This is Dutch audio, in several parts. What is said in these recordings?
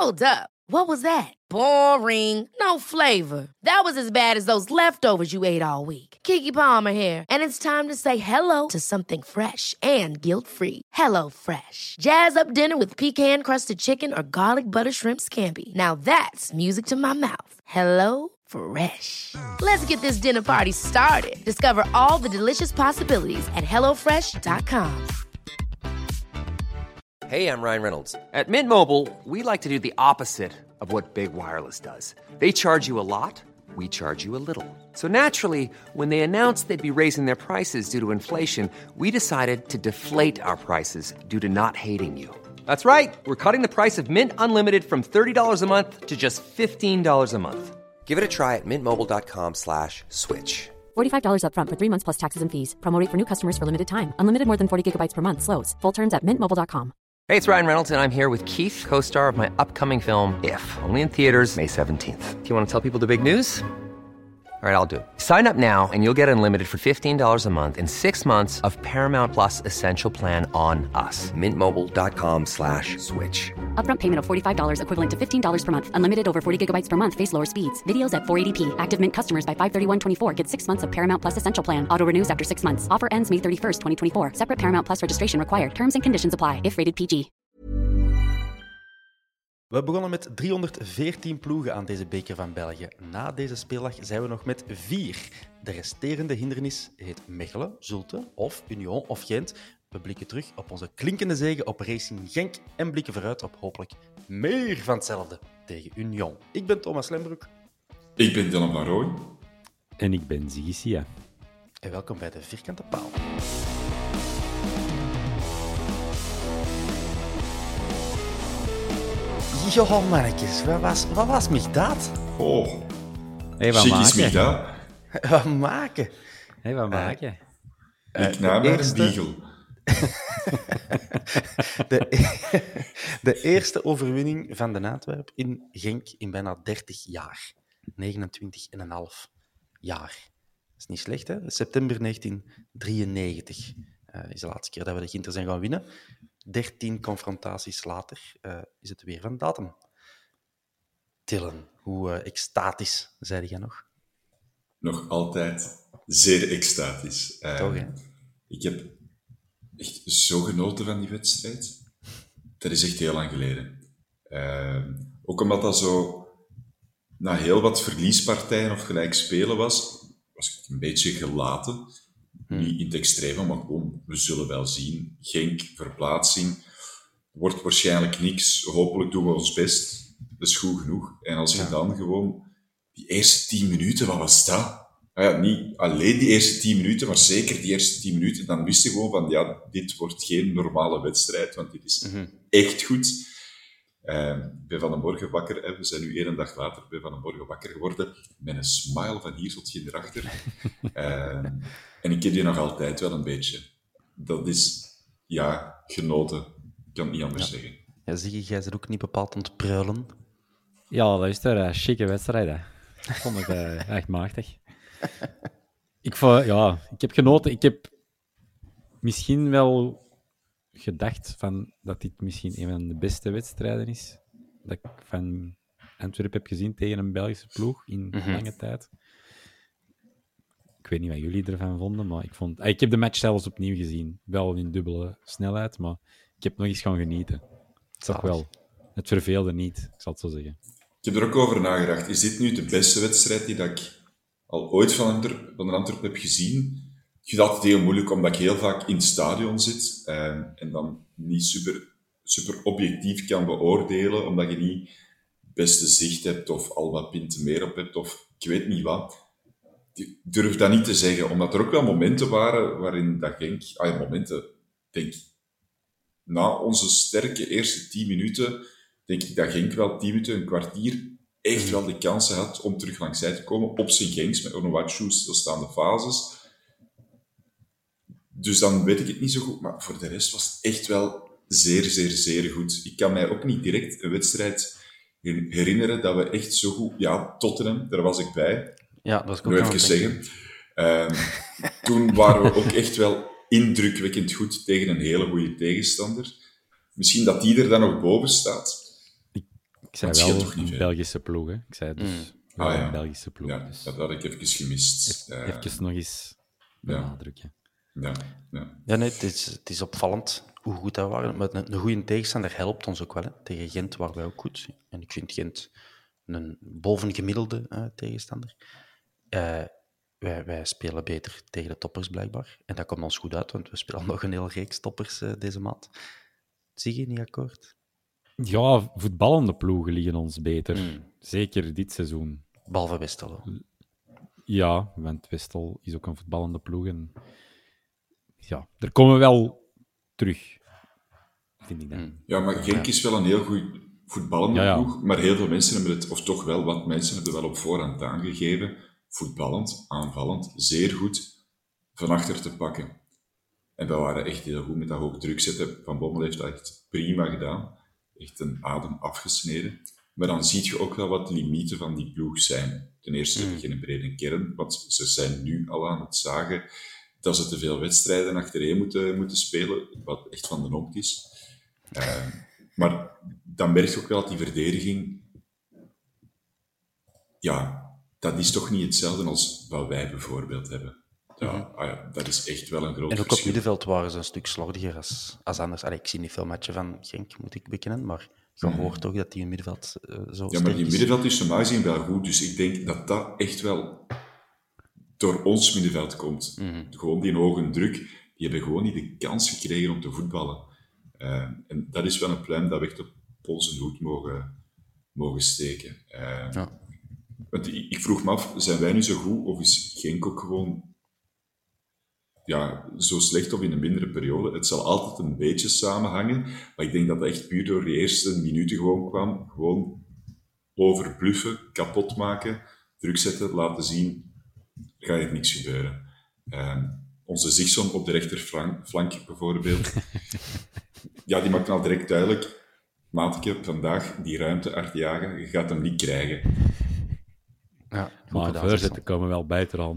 Hold up. What was that? Boring. No flavor. That was as bad as those leftovers you ate all week. Keke Palmer here, and it's time to say hello to something fresh and guilt-free. Hello Fresh. Jazz up dinner with pecan-crusted chicken or garlic butter shrimp scampi. Now that's music to my mouth. Hello Fresh. Let's get this dinner party started. Discover all the delicious possibilities at hellofresh.com. Hey, I'm Ryan Reynolds. At Mint Mobile, we like to do the opposite of what Big Wireless does. They charge you a lot, we charge you a little. So naturally, when they announced they'd be raising their prices due to inflation, we decided to deflate our prices due to not hating you. That's right. We're cutting the price of Mint Unlimited from $30 a month to just $15 a month. Give it a try at mintmobile.com/switch. $45 up front for 3 months plus taxes and fees. Promo rate for new customers for limited time. Unlimited more than 40 gigabytes per month. Slows full terms at mintmobile.com. Hey, it's Ryan Reynolds, and I'm here with Keith, co-star of my upcoming film, If, only in theaters May 17th. Do you want to tell people the big news? All right, I'll do it. Sign up now and you'll get unlimited for $15 a month and 6 months of Paramount Plus Essential Plan on us. mintmobile.com/switch. Upfront payment of $45 equivalent to $15 per month. Unlimited over 40 gigabytes per month. Face lower speeds. Videos at 480p. Active Mint customers by 531.24 get 6 months of Paramount Plus Essential Plan. Auto renews after 6 months. Offer ends May 31st, 2024. Separate Paramount Plus registration required. Terms and conditions apply if rated PG. We begonnen met 314 ploegen aan deze beker van België. Na deze speeldag zijn we nog met 4. De resterende hindernis heet Mechelen, Zulte of Union of Gent. We blikken terug op onze klinkende zege op Racing Genk en blikken vooruit op hopelijk meer van hetzelfde tegen Union. Ik ben Thomas Lembroek. Ik ben Dylan van Rooij. En ik ben Ziggy Sia. En welkom bij de Vierkante Paal. Ja, mannetjes, wat was mij dat? Oh, Hey, wat chic is maken? mij dat. Wat maken? Hey, wat maken? Ik naam naar een spiegel. De eerste overwinning van de Antwerp in Genk in bijna 30 jaar. 29,5 jaar. Dat is niet slecht, hè? September 1993 is de laatste keer dat we de Ginter zijn gaan winnen. 13 confrontaties later is het weer van datum. Dylan, hoe extatisch zei jij nog? Nog altijd zeer extatisch. Toch, hè? Ik heb echt zo genoten van die wedstrijd. Dat is echt heel lang geleden. Ook omdat dat zo na heel wat verliespartijen of gelijk spelen was ik een beetje gelaten. Niet in het extreme, maar gewoon, we zullen wel zien. Genk, verplaatsing, wordt waarschijnlijk niks. Hopelijk doen we ons best. Dat is goed genoeg. En als je dan gewoon die eerste 10 minuten, wat was dat? Nou ja, niet alleen die eerste 10 minuten, maar zeker die eerste 10 minuten, dan wist je gewoon van, ja, dit wordt geen normale wedstrijd, want dit is echt goed. Ik ben van de morgen wakker, we zijn nu 1 dag later, ben van de morgen wakker geworden, met een smile van hier tot hier erachter. En ik heb die nog altijd wel een beetje. Dat is, ja, genoten. Ik kan het niet anders zeggen. Ja, zie je, jij bent ook niet bepaald aan het pruilen. Ja, luister, chique wedstrijden. Dat vond ik echt machtig. Ik heb genoten. Ik heb misschien wel gedacht dat dit misschien een van de beste wedstrijden is dat ik van Antwerpen heb gezien tegen een Belgische ploeg in lange tijd. Ik weet niet wat jullie ervan vonden, maar ik heb de match zelfs opnieuw gezien. Wel in dubbele snelheid, maar ik heb nog eens gaan genieten. Toch wel. Het verveelde niet, ik zal het zo zeggen. Ik heb er ook over nagedacht. Is dit nu de beste wedstrijd die dat ik al ooit van de Antwerpen heb gezien? Ik vind het altijd heel moeilijk, omdat ik heel vaak in het stadion zit en dan niet super objectief kan beoordelen, omdat je niet het beste zicht hebt of al wat punten meer op hebt of ik weet niet wat. Ik durf dat niet te zeggen, omdat er ook wel momenten waren waarin dat Genk... denk na onze sterke eerste 10 minuten, denk ik dat Genk wel 10 minuten, een kwartier, echt wel de kansen had om terug langs zij te komen, op zijn Genks, met Onuachu, stilstaande fases. Dus dan weet ik het niet zo goed, maar voor de rest was het echt wel zeer, zeer, zeer goed. Ik kan mij ook niet direct een wedstrijd herinneren dat we echt zo goed... Ja, Tottenham, daar was ik bij. Ja, dat is ook nog even zeggen. Toen waren we ook echt wel indrukwekkend goed tegen een hele goede tegenstander. Misschien dat die er dan nog boven staat. Ik zei het scheelt wel toch niet een veel? Belgische ploeg, hè. Ik zei dus wel Ah, ja. een Belgische ploeg. Ja, Dus dat had ik even gemist. even nog eens benadrukken. Ja. Ja, nee, het is opvallend hoe goed dat waren. Maar een goede tegenstander helpt ons ook wel. Hè. Tegen Gent waren wij ook goed. En ik vind Gent een bovengemiddelde tegenstander. Wij spelen beter tegen de toppers, blijkbaar. En dat komt ons goed uit, want we spelen nog een hele reeks toppers deze maand. Zie je niet akkoord? Ja, voetballende ploegen liggen ons beter. Zeker dit seizoen. Behalve Westerlo. Ja, want Westel is ook een voetballende ploeg. En ja, er komen we wel terug, vind ik dan. Ja, maar Genk is wel een heel goed voetballende Ja. ploeg, maar heel veel mensen hebben het, of toch wel wat mensen hebben wel op voorhand aangegeven, voetballend, aanvallend, zeer goed van achter te pakken. En we waren echt heel goed met dat hoog druk zetten. Van Bommel heeft dat echt prima gedaan. Echt een adem afgesneden. Maar dan zie je ook wel wat de limieten van die ploeg zijn. Ten eerste heb je geen brede kern, want ze zijn nu al aan het zagen dat ze te veel wedstrijden achtereen moeten spelen, wat echt van de nok is. Maar dan merk je ook wel dat die verdediging... Ja, dat is toch niet hetzelfde als wat wij bijvoorbeeld hebben. Ja, dat is echt wel een groot En ook op verschil. middenveld waren ze een stuk slordiger als anders. Allee, ik zie niet veel matchen van Genk, moet ik bekennen, maar je hoort toch dat die in middenveld zo Ja, sterk maar die is. middenveld is normaal gezien wel goed, dus ik denk dat dat echt wel door ons middenveld komt. Gewoon die hoge druk, die hebben gewoon niet de kans gekregen om te voetballen. En dat is wel een pluim dat we echt op onze hoed mogen steken. Want ik vroeg me af, zijn wij nu zo goed, of is Genk ook gewoon zo slecht of in een mindere periode? Het zal altijd een beetje samenhangen, maar ik denk dat dat echt puur door de eerste minuten gewoon kwam. Gewoon overbluffen, kapot maken, druk zetten, laten zien, er gaat hier niks gebeuren. Onze Zigson op de rechterflank bijvoorbeeld, die maakt al direct duidelijk, maatje, vandaag die ruimte uitjagen, je gaat hem niet krijgen. Ja, goed Maar gedaan, voorzetten Zixon. komen wel beter aan.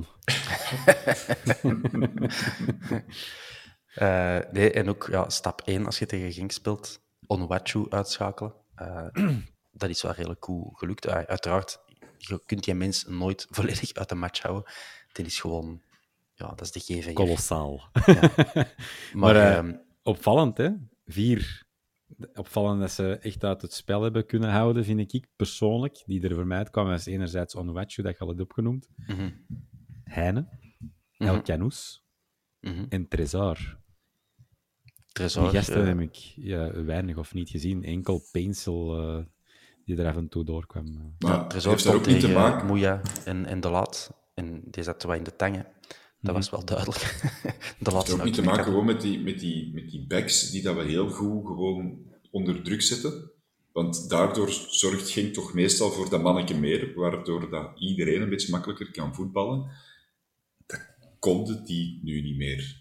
Nee, en ook stap 1 als je tegen Genk speelt, Onwachu uitschakelen. Dat is wel redelijk goed gelukt. Uiteraard, je kunt die mens nooit volledig uit de match houden. Het is gewoon, dat is de GVR. Kolossaal. Maar Opvallend, hè? 4. Opvallend dat ze echt uit het spel hebben kunnen houden, vind ik persoonlijk. Die er voor mij uitkwamen, is enerzijds Onuachu, dat je al hebt opgenoemd. Heine, El Canous en Trezor. Trezor, Die gasten heb ik weinig of niet gezien. Enkel Pencil die er af en toe doorkwam. Maar Trezor heeft daar stond ook niet te tegen maken... Moeja en De Laat. En die zaten wat in de tangen. Dat was wel duidelijk. De Laat Het heeft ook niet te maken gewoon met die backs die dat we heel goed gewoon onder druk zetten. Want daardoor zorgt Genk toch meestal voor dat manneke meer, waardoor dat iedereen een beetje makkelijker kan voetballen. Dat konden die nu niet meer.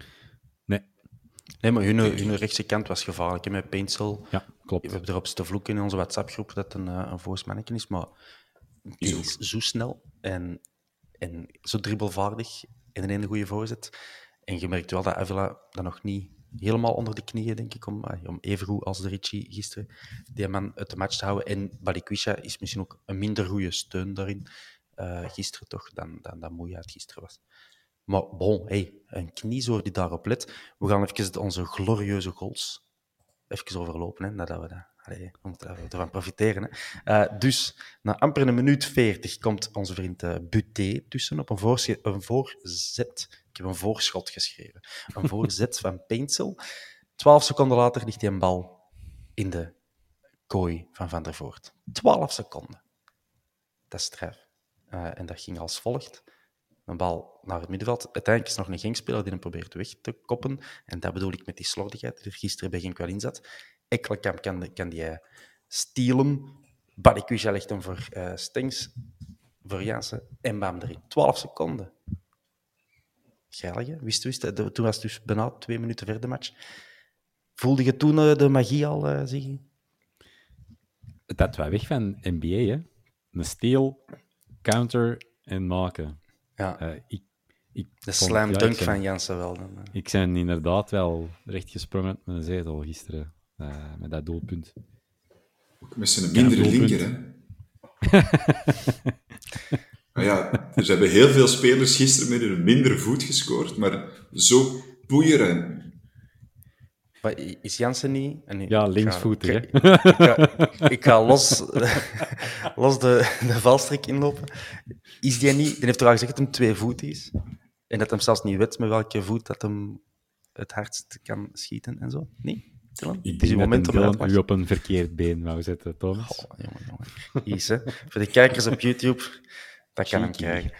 Nee, maar hun rechtse kant was gevaarlijk. Hè, met Pencil. Ja, klopt. We hebben erop te vloeken in onze WhatsApp-groep dat het een voos manneke is, maar die is zo snel en zo dribbelvaardig en een hele goede voorzet. En je merkt wel dat Avila dat nog niet helemaal onder de knieën, denk ik, om even goed als de Ricci gisteren die man uit de match te houden. En Balikwisha is misschien ook een minder goede steun daarin, gisteren toch, dan Moeja het gisteren was. Maar bon, een kniezoor die daarop let. We gaan even onze glorieuze goals even overlopen, hè, nadat we dat... Allee, we moeten ervan profiteren. Hè. Dus, na amper een minuut 40 komt onze vriend Buté tussen op een voorzet. Ik heb een voorschot geschreven. Een voorzet van Pencil. 12 seconden later ligt die een bal in de kooi van Van der Voort. 12 seconden. Dat is straf. En dat ging als volgt. Een bal naar het middenveld. Uiteindelijk is er nog een Genk-speler die hem probeert weg te koppen. En dat bedoel ik met die slordigheid die er gisteren bij Genk wel in zat. Ekkelenkamp kan die stelen. Balikwisha legt hem voor Stengs, voor Jansen en bam erin. 12 seconden. Geilig, hè? Wist. Toen was het dus bijna 2 minuten verder de match. Voelde je toen de magie al, Ziggy? Dat wij weg van NBA, hè? Een steal, counter en maken. Ja, Ik de vond- slam ja, dunk ik ben- van Jansen wel. Dan. Ik ben inderdaad wel recht gesprongen met mijn zetel gisteren, met dat doelpunt. Ook met zijn mindere linker, hè. Maar ja, er hebben heel veel spelers gisteren met hun mindere voet gescoord, maar zo poeieren. Maar is Jansen niet... En nu, Ja, linksvoetig, hè? Ik ga los de valstrik inlopen. Is die niet... Die heeft toch al gezegd dat hem 2 voet is? En dat hem zelfs niet weet met welke voet dat hem het hardst kan schieten en zo? Nee? Dylan? Ik Het is uw denk moment dat om een uit te Dylan u lachen. op een verkeerd been wou zetten, Thomas. Oh, jongen. Is, hè. Voor de kijkers op YouTube, dat kan hem krijgen.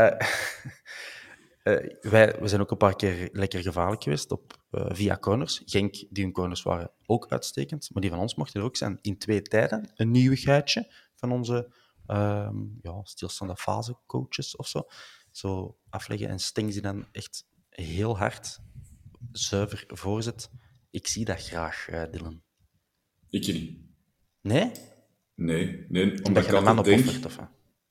We zijn ook een paar keer lekker gevaarlijk geweest via corners. Genk, die hun corners waren ook uitstekend, maar die van ons mochten er ook zijn in 2 tijden. Een nieuwigheidje van onze stilstaande fase coaches of zo. Zo afleggen en Stengs die dan echt heel hard, zuiver voorzet. Ik zie dat graag, Dylan. Ik niet. Nee? Nee, Omdat omdat je ik een man altijd denk... opoffert, of wat?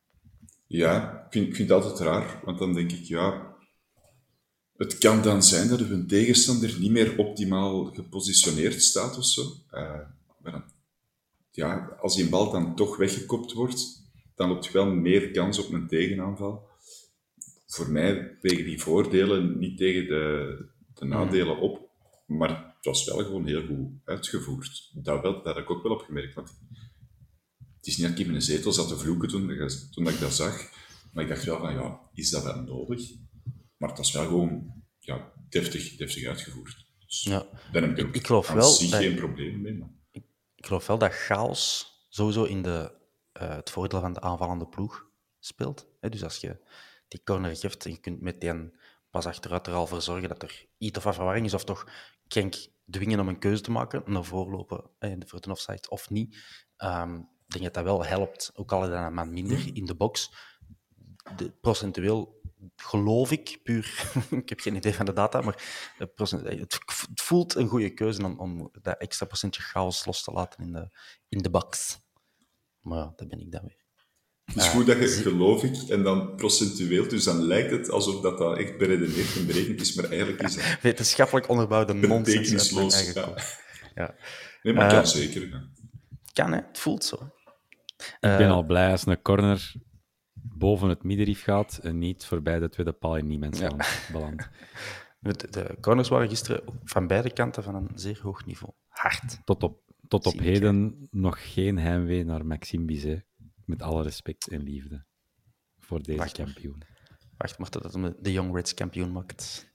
Ja, ik vind het altijd raar, want dan denk ik, ja... Het kan dan zijn dat een tegenstander niet meer optimaal gepositioneerd staat of zo. Maar dan, ja, als die bal dan toch weggekopt wordt, dan loopt je wel meer kans op een tegenaanval. Voor mij wegen die voordelen niet tegen de nadelen op, maar het was wel gewoon heel goed uitgevoerd. Dat heb ik ook wel opgemerkt. Want het is niet dat ik in mijn zetel zat te vloeken toen ik dat zag, maar ik dacht wel van, ja, is dat wel nodig? Maar het was wel gewoon deftig uitgevoerd. Dus Ja. daar heb ik Ik geloof aan wel zich dat- geen probleem mee. Maar... Ik geloof wel dat chaos sowieso in het voordeel van de aanvallende ploeg speelt. Dus als je die corner geeft en je kunt meteen pas achteruit er al voor zorgen dat er iets of wat verwarring is, of toch Genk dwingen om een keuze te maken, naar voren lopen voor de offside of niet. Ik denk dat dat wel helpt, ook al is dat een man minder in de box. Procentueel geloof ik, puur, ik heb geen idee van de data, maar het voelt een goede keuze om dat extra procentje chaos los te laten in de box. Maar ja, dat ben ik dan weer. Het is goed dat je geloof ik en dan procentueel, dus dan lijkt het alsof dat echt beredeneerd en berekend is, maar eigenlijk is dat Wetenschappelijk onderbouwde nonsens uit mijn betekenisloos. eigen Ja. kop. Ja. Nee, maar kan zeker. Ja. Kan, hè? Het voelt zo. Ik ben al blij als een corner boven het middenrif gaat en niet voorbij de tweede paal in niemands land belandt. De corners waren gisteren van beide kanten van een zeer hoog niveau. Hard. Tot op Zie ik, heden nog geen heimwee naar Maxime Bizet. Met alle respect en liefde voor deze Wacht maar. kampioen. Wacht maar tot het de Young Reds kampioen maakt.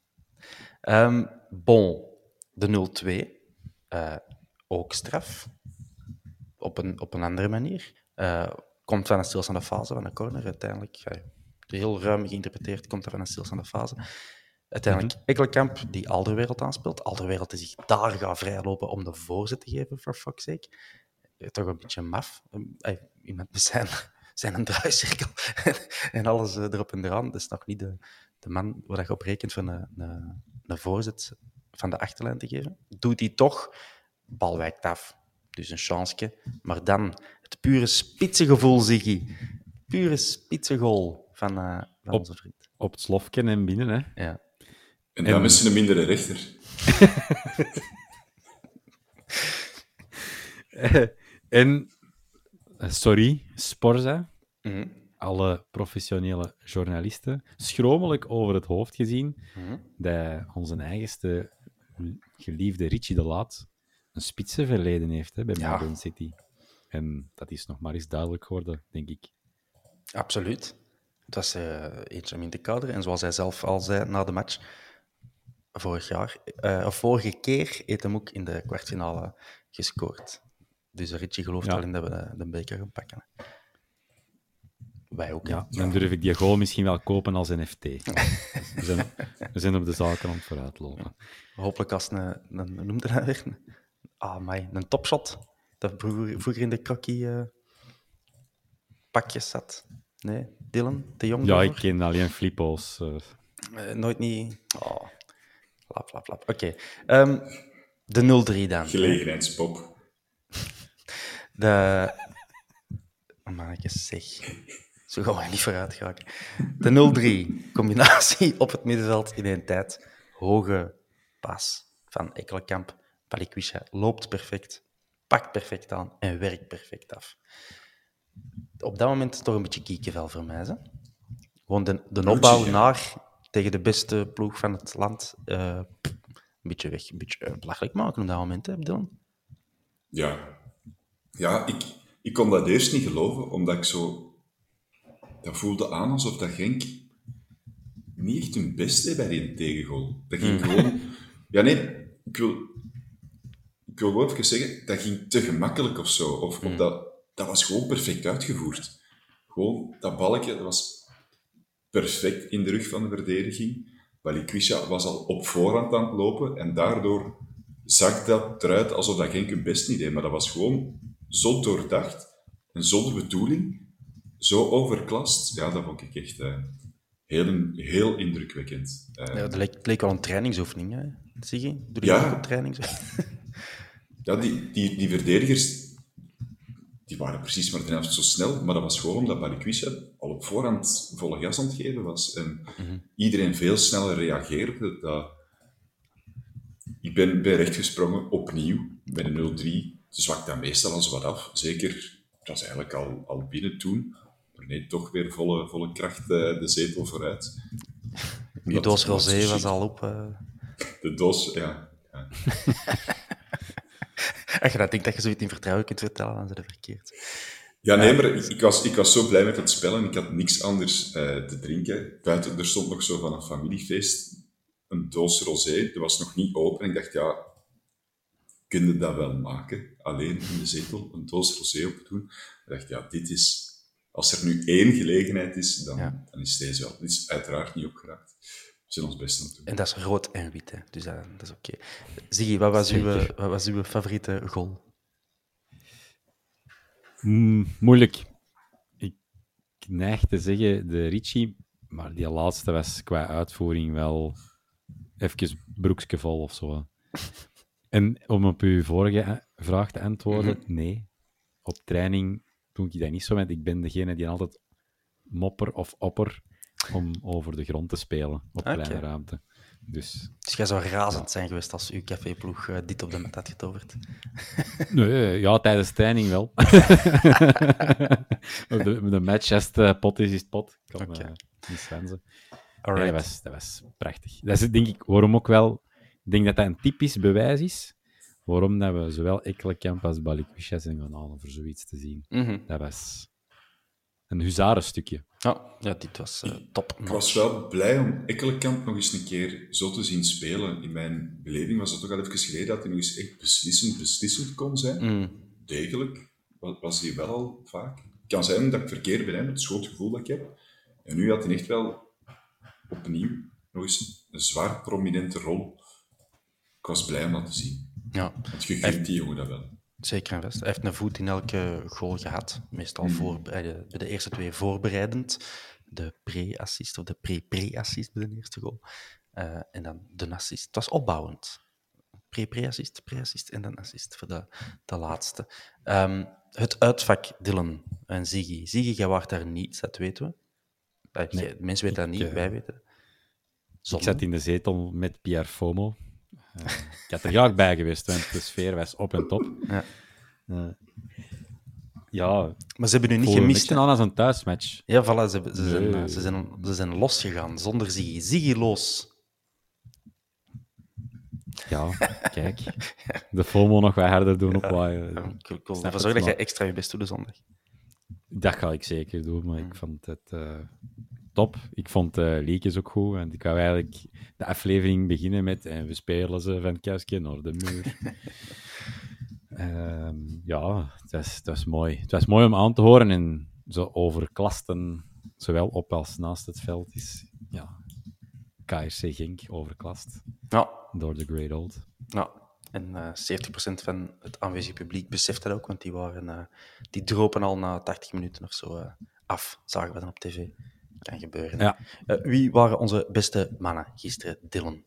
De 0-2. Ook straf. Op een andere manier. Komt van een stilstaande fase van een corner. Uiteindelijk, heel ruim geïnterpreteerd, komt dat van een stilstaande fase. Uiteindelijk Ekkelenkamp, die Alderweireld aanspeelt. Alderweireld die zich daar gaat vrijlopen om de voorzet te geven, for fuck's sake. Toch een beetje maf. Iemand met zijn draaicirkel en alles erop en eraan. Dat is nog niet de man waar je op rekent voor een voorzet van de achterlijn te geven. Doet hij toch, bal wijkt af. Dus een chansje. Maar dan het pure spitsengevoel, Ziggy. Pure spitsengoal van onze vriend. Op het slofken en binnen, hè. Ja. En dan is ze een mindere rechter. En, sorry, Sporza, Mhm. alle professionele journalisten, schromelijk over het hoofd gezien dat onze eigenste geliefde Richie de Laat een spitsenverleden heeft bij Ja. Melbourne City. En dat is nog maar eens duidelijk geworden, denk ik. Absoluut. Het was eentje om in te kaderen. En zoals hij zelf al zei na de match, vorige keer heeft hem ook in de kwartfinale gescoord. Dus Richie gelooft wel in dat we de beker gaan pakken. Wij ook. Ja, dan durf ik die goal misschien wel kopen als NFT. We zijn op de zaken aan het vooruitlopen. Hopelijk als een noemde dat weer? Een topshot. Dat vroeger in de krokkie pakjes zat. Nee, Dylan, te jong Ja, ik daarvoor? ken alleen flippo's. Nooit niet... Oh. Flap. Oké. De 0-3 dan. Gelegenheidspop. Mannetjes, zeg. Zo gaan we niet vooruit geraken. De 0-3. Combinatie op het middenveld in één tijd. Hoge pas van Ekkelenkamp. Balikwisha loopt perfect. pakt perfect aan en werkt perfect af. Op dat moment toch een beetje kiekenvel voor mij. Hè? Gewoon de opbouw ja. naar tegen de beste ploeg van het land. Een beetje weg, een beetje belachelijk maken op dat moment, hè, Dylan? Ja. Ja, ik kon dat eerst niet geloven, omdat ik zo... Dat voelde aan alsof dat Genk niet echt hun best deed bij die tegengoal. Dat ging gewoon... Ja, nee, ik wil gewoon even zeggen, dat ging te gemakkelijk of zo. Of dat was gewoon perfect uitgevoerd. Gewoon, dat balkje, dat was perfect in de rug van de verdediging. Balikwisha was al op voorhand aan het lopen en daardoor zag dat eruit alsof dat Genk hun best niet deed. Maar dat was gewoon zo doordacht en zonder bedoeling, zo overklast. Ja, dat vond ik echt heel indrukwekkend. Ja, het leek wel een trainingsoefening, hè? Zie je? Doe je Ja. ook op trainingsoefening? Ja, die verdedigers, die waren precies maar ten helft zo snel, maar dat was gewoon omdat Balikwisha al op voorhand volle gas aan het geven was. En iedereen veel sneller reageerde. Ik ben rechtgesprongen opnieuw bij de 0-3. Zwakt dat meestal al zo wat af. Zeker, het was eigenlijk al binnen toen. Maar nee, toch weer volle kracht de zetel vooruit. Je doos rosé was al op. De doos, ja. Als je dat denkt dat je zoiets in vertrouwen kunt vertellen, dan is het verkeerd. Ja, nee, maar ik was zo blij met het spel en ik had niks anders te drinken. Buiten, er stond nog zo van een familiefeest een doos rosé. Dat was nog niet open. Ik dacht, ja, kun je dat wel maken? Alleen in de zetel een doos rosé opdoen. Ik dacht, ja, dit is... Als er nu één gelegenheid is, dan is deze wel. Het is uiteraard niet opgeraakt. We zijn ons best aan het doen. En dat is rood en wit, hè. Dus dat is oké. Ziggy, wat was uw favoriete goal? Moeilijk. Ik neig te zeggen de Ricci, maar die laatste was qua uitvoering wel even broekje vol of zo. En om op uw vorige vraag te antwoorden, nee. Op training doe ik dat niet zo, want ik ben degene die altijd mopper of opper om over de grond te spelen op kleine ruimte. Dus jij zou razend zijn geweest als uw caféploeg dit op de mat had getoverd. nee, ja, tijdens training wel. de match, als het pot is het pot. Ik kan niet swensen. Nee, dat was prachtig. Dat is denk ik waarom ook wel... Ik denk dat dat een typisch bewijs is waarom dat we zowel Ekkelenkamp als Balikwisha zijn gaan halen voor zoiets te zien. Dat was een huzarenstukje. Ja, dit was top. Ik was wel blij om Ekkelenkamp nog eens een keer zo te zien spelen. In mijn beleving was het toch al even geleden dat hij nog eens echt beslissend kon zijn. Degelijk was hij wel al vaak. Het kan zijn dat ik verkeerd ben, het schootgevoel dat ik heb. En nu had hij echt wel opnieuw nog eens een zwaar prominente rol. Ik was blij om dat te zien. Ja. Want je gunt die jongen dat wel. Zeker en vast. Hij heeft een voet in elke goal gehad. Meestal bij de eerste twee voorbereidend. De pre-assist of de pre-pre-assist bij de eerste goal. En dan de assist. Het was opbouwend. Pre-pre-assist, pre-assist en dan assist voor de laatste. Het uitvak, Dylan en Ziggy. Ziggy, jij waart daar niet, dat weten we. Nee, mensen weten dat niet, wij weten. Ik zat in de zetel met Pierre Fomo. Ik had er graag bij geweest, want de sfeer was op en top. Ja, maar ze hebben nu niet een gemist. beetje aan als een thuismatch. Ja, voilà, ze zijn losgegaan, zonder Ziggy. Ziggy los. Ja, kijk. De FOMO nog wat harder doen opwaaien. Ik wil ervoor zorgen dat jij extra je best doet de zondag. Dat ga ik zeker doen, maar ik vond het top. Ik vond liedjes ook goed, en ik wou eigenlijk de aflevering beginnen met en we spelen ze van kastje naar de muur. Ja, het was mooi. Het was mooi om aan te horen en zo overklasten, zowel op als naast het veld, is KRC Genk overklast. Ja. Door de Great Old. Ja, en 70% van het aanwezige publiek beseft dat ook, want die dropen al na 80 minuten of zo af, zagen we dan op tv. Kan gebeuren. Ja. Wie waren onze beste mannen gisteren, Dylan?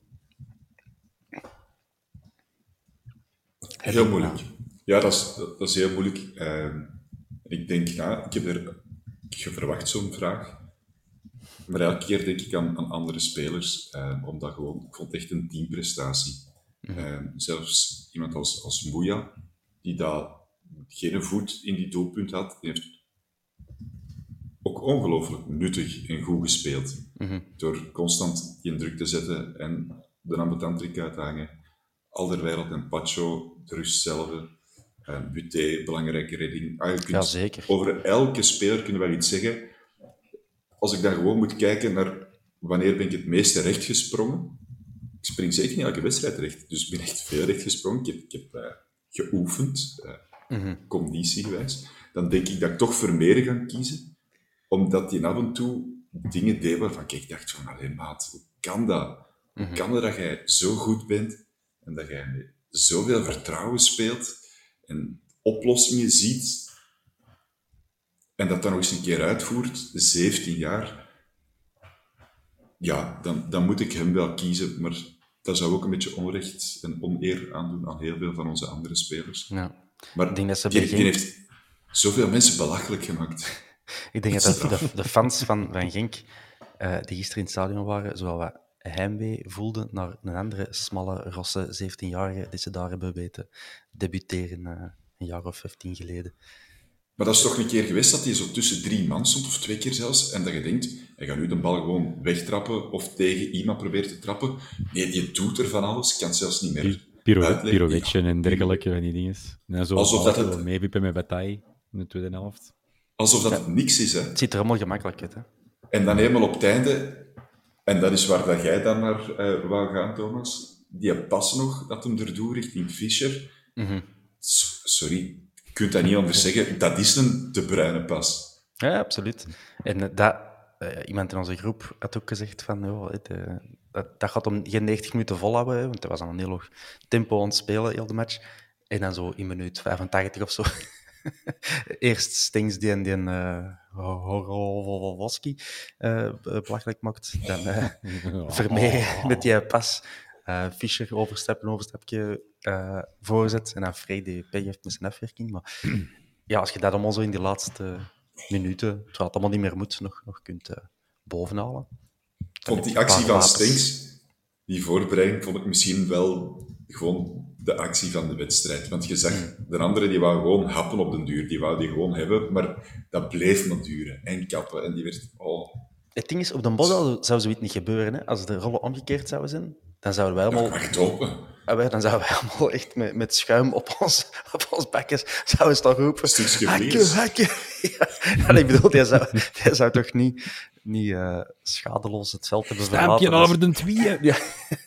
Heel moeilijk. Ja, dat is heel moeilijk. Ik denk, ik heb verwacht zo'n vraag. Maar elke keer denk ik aan andere spelers. Omdat gewoon, ik vond het echt een teamprestatie. Zelfs iemand als Mouya, die dat geen voet in die doelpunt had. Die heeft ook ongelooflijk nuttig en goed gespeeld. Door constant die druk te zetten en de ambetantrik uit te hangen. Alderweireld en Pacho, de rust zelf. Buté, belangrijke redding. Je kunt zeker. Over elke speler kunnen we iets zeggen. Als ik dan gewoon moet kijken naar wanneer ben ik het meeste recht gesprongen. Ik spring zeker niet elke wedstrijd recht. Dus ik ben echt veel recht gesprongen. Ik heb geoefend, conditiegewijs. Dan denk ik dat ik toch Vermeeren ga kiezen. Omdat hij af en toe dingen deed waarvan ik dacht van, allee maat, hoe kan dat? Hoe kan het dat jij zo goed bent en dat jij met zoveel vertrouwen speelt en oplossingen ziet en dat dan nog eens een keer uitvoert, 17 jaar, ja, dan moet ik hem wel kiezen, maar dat zou ook een beetje onrecht en oneer aandoen aan heel veel van onze andere spelers. Ja. Maar Ik denk dat ze die heeft zoveel mensen belachelijk gemaakt. Ik denk dat de fans van Genk, die gisteren in het stadion waren, zo wat heimwee voelden naar een andere smalle, rosse 17-jarige die ze daar hebben weten debuteren een jaar of 15 geleden. Maar dat is toch een keer geweest dat hij zo tussen 3 man stond, of 2 keer zelfs, en dat je denkt, hij gaat nu de bal gewoon wegtrappen of tegen iemand probeert te trappen. Nee, die doet er van alles, kan zelfs niet meer uitleggen. Pirouetje en dergelijke van die dingen. En zo alsof dat het meewippen met Bataille in de tweede helft. Alsof dat het niks is, hè. Het ziet er allemaal gemakkelijk uit, hè. En dan helemaal op het einde, en dat is waar dat jij dan naar wou gaan, Thomas, die pas nog dat hem erdoor richting Fischer. Sorry, je kunt dat niet anders zeggen. Dat is een De Bruyne pas. Ja, absoluut. En iemand in onze groep had ook gezegd van, dat gaat om geen 90 minuten volhouden, hè, want dat was aan een heel hoog tempo aan het spelen, heel de match. En dan zo in minuut 85 of zo. Eerst Stengs die Horolowoski belachelijk maakt. Dan Vermeer met die pas. Fischer overstapje voorzet. En dan Frey die pech heeft met zijn afwerking. Maar ja, als je dat allemaal zo in die laatste minuten, terwijl het allemaal niet meer moet, nog kunt bovenhalen. Vond die actie van Stengs, die voorbereiding, vond ik misschien wel gewoon de actie van de wedstrijd. Want je zag, de anderen die wou gewoon happen op den duur. Die wou die gewoon hebben, maar dat bleef maar duren. En kappen. En die werd... Het ding is, op de bal zou zoiets niet gebeuren. Hè? Als de rollen omgekeerd zouden zijn, dan zouden wij allemaal... Ja, echt open. Dan zouden wij allemaal echt met schuim op ons bakjes zouden staan roepen. Hakken. Ja, ik bedoel, die zou toch niet schadeloos het veld hebben verlaten. Stampje over de tweeën. Ja.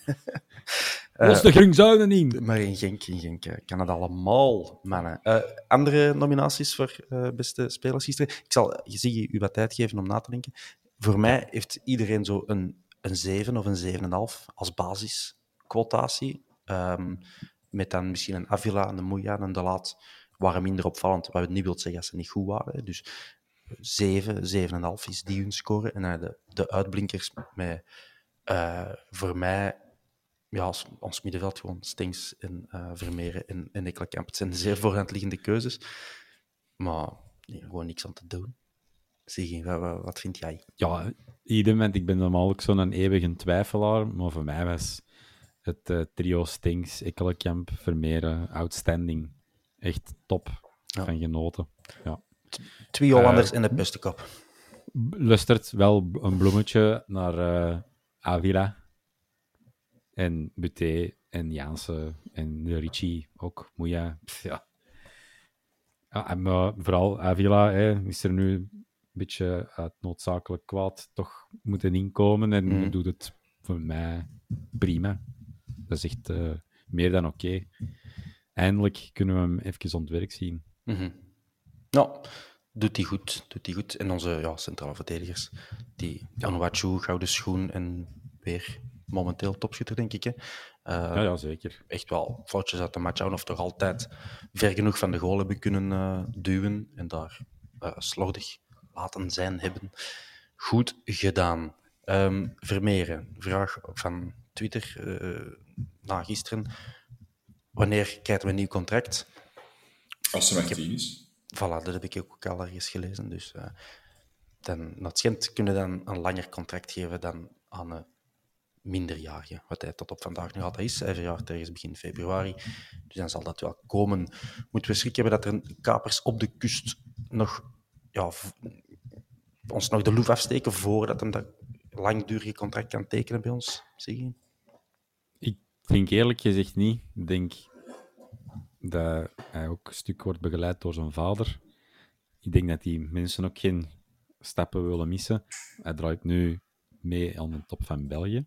Los de groenzuilen niet. Maar in Genk kan het allemaal, mannen. Andere nominaties voor beste spelers gisteren? Ik zal u wat tijd geven om na te denken. Voor mij heeft iedereen zo een 7 of een 7,5 als basisquotatie. Met dan misschien een Avila, een Moeja en een De Laat waren minder opvallend. Wat niet wil zeggen dat ze niet goed waren. Dus 7, 7,5 is die hun score. En dan de uitblinkers met voor mij... Ja, ons middenveld gewoon Stengs en Vermeeren en Ekkelenkamp. Het zijn zeer voorhand liggende keuzes. Maar gewoon niks aan te doen. Zeg, wat vind jij? Ja, ieder moment. Ik ben normaal ook zo'n eeuwige twijfelaar. Maar voor mij was het trio Stengs, Ekkelenkamp, Vermeeren, outstanding. Echt top. Van genoten. Ja. 2 Hollanders in de beste kop. Lustert wel een bloemetje naar Avila. En Buté en Jansen en de Ricci ook. Moeja. Ja. En vooral Avila is er nu een beetje uit noodzakelijk kwaad toch moeten inkomen. En doet het voor mij prima. Dat is echt meer dan oké. Eindelijk kunnen we hem even aan het werk zien. Ja, doet hij goed. En onze centrale verdedigers. Die Anuachu, gouden schoen en weer... momenteel topschutter, denk ik. Hè. Ja, zeker. Echt wel foutjes uit de match houden, of toch altijd ver genoeg van de goal hebben kunnen duwen en daar slordig laten zijn hebben. Goed gedaan. Vermeeren, vraag van Twitter na gisteren. Wanneer krijgen we een nieuw contract? Als ze maar 10 is. Voilà, dat heb ik ook al ergens gelezen. Dus dan, naar het schijnt kunnen we dan een langer contract geven dan aan minderjarige, wat hij tot op vandaag nog altijd is. Hij verjaart ergens begin februari, dus dan zal dat wel komen. Moeten we schrik hebben dat er kapers op de kust nog, ons nog de loef afsteken voordat hij dat langdurige contract kan tekenen bij ons? Siggy? Ik denk eerlijk gezegd niet. Ik denk dat hij ook een stuk wordt begeleid door zijn vader. Ik denk dat die mensen ook geen stappen willen missen. Hij draait nu mee aan de top van België.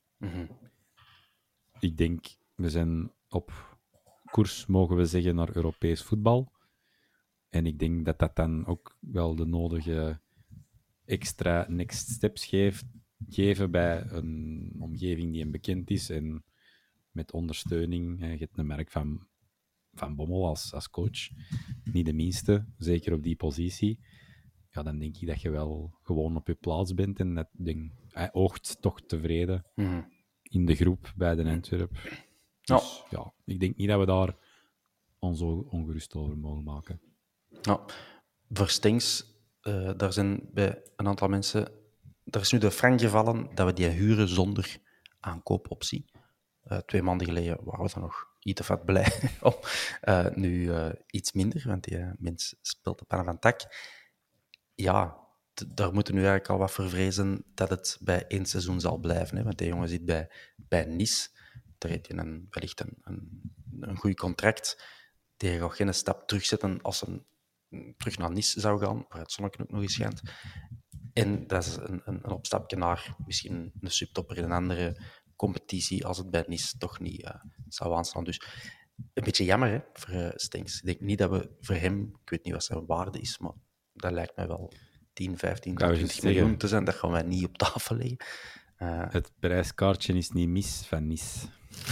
Ik denk, we zijn op koers, mogen we zeggen, naar Europees voetbal. En ik denk dat dat dan ook wel de nodige extra next steps geven bij een omgeving die hem bekend is en met ondersteuning. Je hebt een merk van Bommel als coach. Niet de minste, zeker op die positie. Ja, dan denk ik dat je wel gewoon op je plaats bent en dat ding, hij oogt toch tevreden in de groep bij de Antwerp. Dus ja, ik denk niet dat we daar ons ongerust over mogen maken. Ja, voor Stengs, daar zijn bij een aantal mensen... Er is nu de frank gevallen dat we die huren zonder aankoopoptie. 2 maanden geleden waren we dan nog iets of wat blij om. Nu iets minder, want die mens speelt de pannen van tak. Ja, daar moeten we nu eigenlijk al wat voor vrezen dat het bij 1 seizoen zal blijven. Hè? Want die jongen zit bij Nice. Daar heeft hij wellicht een goed contract. Die gaat geen stap terugzetten als hij terug naar Nice zou gaan, waar het zonnetje ook nog eens schijnt. En dat is een opstapje naar misschien een subtopper in een andere competitie, als het bij Nice toch niet zou aanstaan. Dus een beetje jammer hè, voor Stengs. Ik denk niet dat we voor hem, ik weet niet wat zijn waarde is, maar dat lijkt mij wel 10, 15, 20 miljoen te zijn. Dat gaan wij niet op tafel leggen. Het prijskaartje is niet mis van Nice.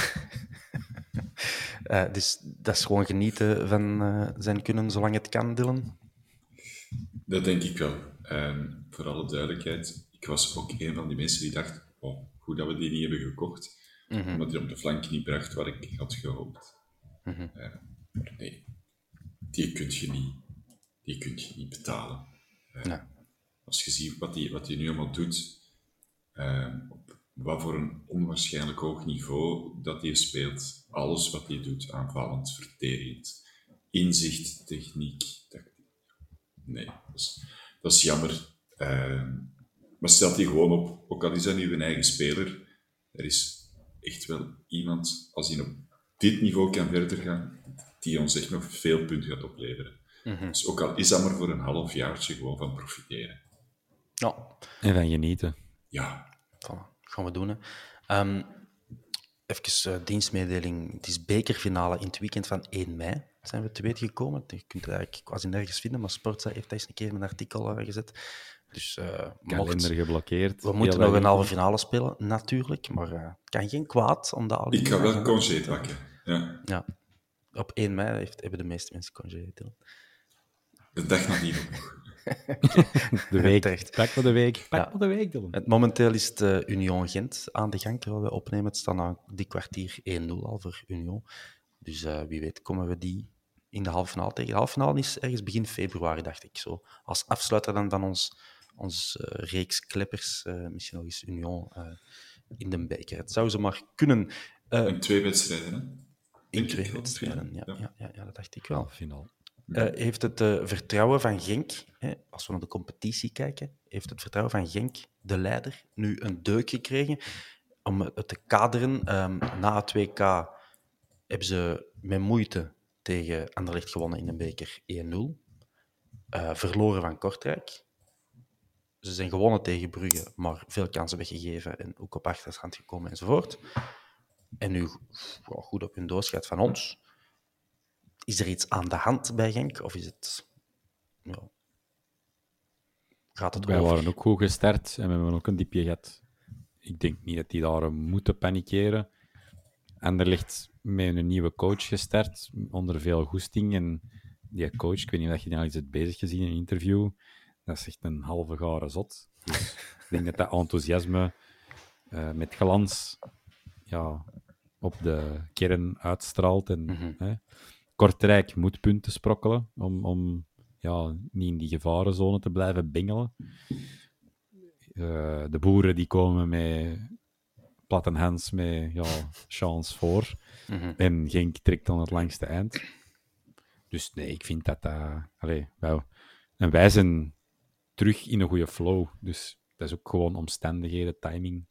Dus dat is gewoon genieten van zijn kunnen, zolang het kan, Dylan. Dat denk ik wel. En voor alle duidelijkheid, ik was ook een van die mensen die dacht, oh, goed dat we die niet hebben gekocht, omdat die op de flank niet bracht wat ik had gehoopt. Maar nee, die kun je niet betalen. Als je ziet wat die nu allemaal doet, op wat voor een onwaarschijnlijk hoog niveau dat hij speelt, alles wat hij doet, aanvallend, verdedigend, inzicht, techniek, nee, dat is jammer. Maar stelt hij gewoon op, ook al is dat nu een eigen speler, er is echt wel iemand, als hij op dit niveau kan verder gaan, die ons echt nog veel punten gaat opleveren. Dus ook al is dat maar voor een halfjaartje, gewoon van profiteren. Ja. En van genieten. Ja. Voilà, gaan we doen. Hè. Even dienstmededeling. Het is bekerfinale in het weekend van 1 mei. Zijn we te weten gekomen. Je kunt het eigenlijk quasi nergens vinden, maar Sportza heeft daar eens een keer een artikel gezet. Dus kalender geblokkeerd. We moeten nog een halve finale spelen, natuurlijk. Maar het kan geen kwaad. Omdat ik ga wel congé pakken. Ja. Op 1 mei hebben de meeste mensen congé. De dag nadien ook nog. De week. Pak maar de week. Pak maar de week, Dylan. Momenteel is het Union Gent aan de gang, terwijl we opnemen. Het staat na die kwartier 1-0 al voor Union. Dus wie weet komen we die in de halve finale tegen. De halve finale is ergens begin februari, dacht ik. Zo. Als afsluiter dan van ons reeks kleppers, misschien nog eens Union in de beker. Het zou ze maar kunnen. In 2 wedstrijden, hè? In 2 wedstrijden, ja, dat dacht ik wel. Finaal. Heeft het vertrouwen van Genk, als we naar de competitie kijken, heeft het vertrouwen van Genk, de leider, nu een deuk gekregen? Om het te kaderen, na het WK hebben ze met moeite tegen Anderlecht gewonnen in de beker 1-0. Verloren van Kortrijk. Ze zijn gewonnen tegen Brugge, maar veel kansen weggegeven en ook op achterstand gekomen enzovoort. En nu goed op hun doos gaat van ons. Is er iets aan de hand bij Genk? Of is het... Ja, gaat het Wij over? waren ook goed gestart en we hebben ook een diepje gehad. Ik denk niet dat die daar moeten panikeren. Anderlecht met een nieuwe coach gestart, onder veel goesting. En die coach, ik weet niet of je die al eens hebt bezig gezien in een interview, dat is echt een halve gare zot. Dus ik denk dat enthousiasme met glans op de kern uitstraalt. En, Kortrijk moet punten sprokkelen om niet in die gevarenzone te blijven bengelen. De boeren die komen met platte hands met chance voor. En Genk trekt dan het langste eind. Dus nee, ik vind dat wel. En wij zijn terug in een goede flow. Dus dat is ook gewoon omstandigheden, timing.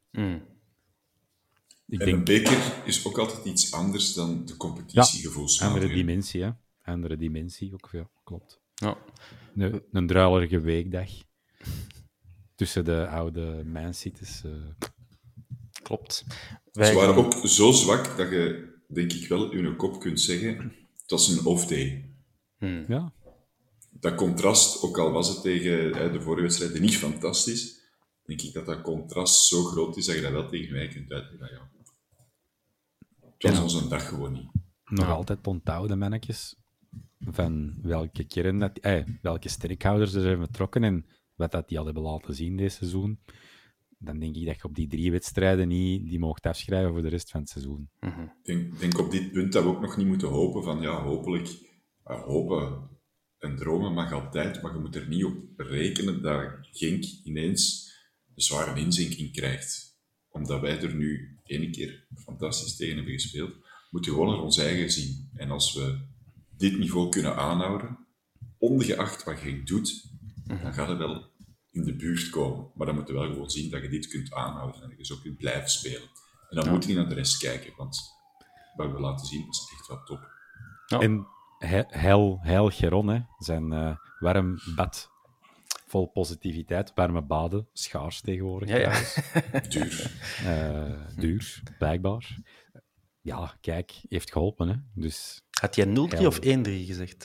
Ik En denk, een beker is ook altijd iets anders dan de competitiegevoelsmatig. andere dimensie, hè. Andere dimensie ook, ja, klopt. Ja. Een druilerige weekdag. Tussen de oude Man-Cities. Klopt. Ze waren ook zo zwak dat je, denk ik wel, in je kop kunt zeggen, het was een off-day. Ja, Dat contrast, ook al was het tegen de vorige wedstrijden niet fantastisch, denk ik dat contrast zo groot is dat je dat wel tegen mij kunt uitleggen. Ja. Het was onze dag gewoon niet. nog altijd onthouden, mannetjes, van welke kern welke sterkhouders er zijn vertrokken en wat dat die al hebben laten zien deze seizoen. Dan denk ik dat je op die 3 wedstrijden niet die mocht afschrijven voor de rest van het seizoen. Ik denk op dit punt dat we ook nog niet moeten hopen van, hopelijk, hopen en dromen mag altijd, maar je moet er niet op rekenen dat Genk ineens een zware inzinking krijgt. Omdat wij er nu 1 keer fantastisch tegen hebben gespeeld, moeten we gewoon naar ons eigen zien. En als we dit niveau kunnen aanhouden, ongeacht wat Genk doet, dan gaat het wel in de buurt komen. Maar dan moeten we wel gewoon zien dat je dit kunt aanhouden en dat je zo kunt blijven spelen. En dan moet je niet naar de rest kijken, want wat we laten zien was echt wat top. Ja. En Heil Geron, hè, zijn warm bad vol positiviteit, warme baden, schaars tegenwoordig. Ja. Duur. Duur, blijkbaar. Ja, kijk, heeft geholpen. Hè. Dus Had jij 0-3 of 1-3 gezegd?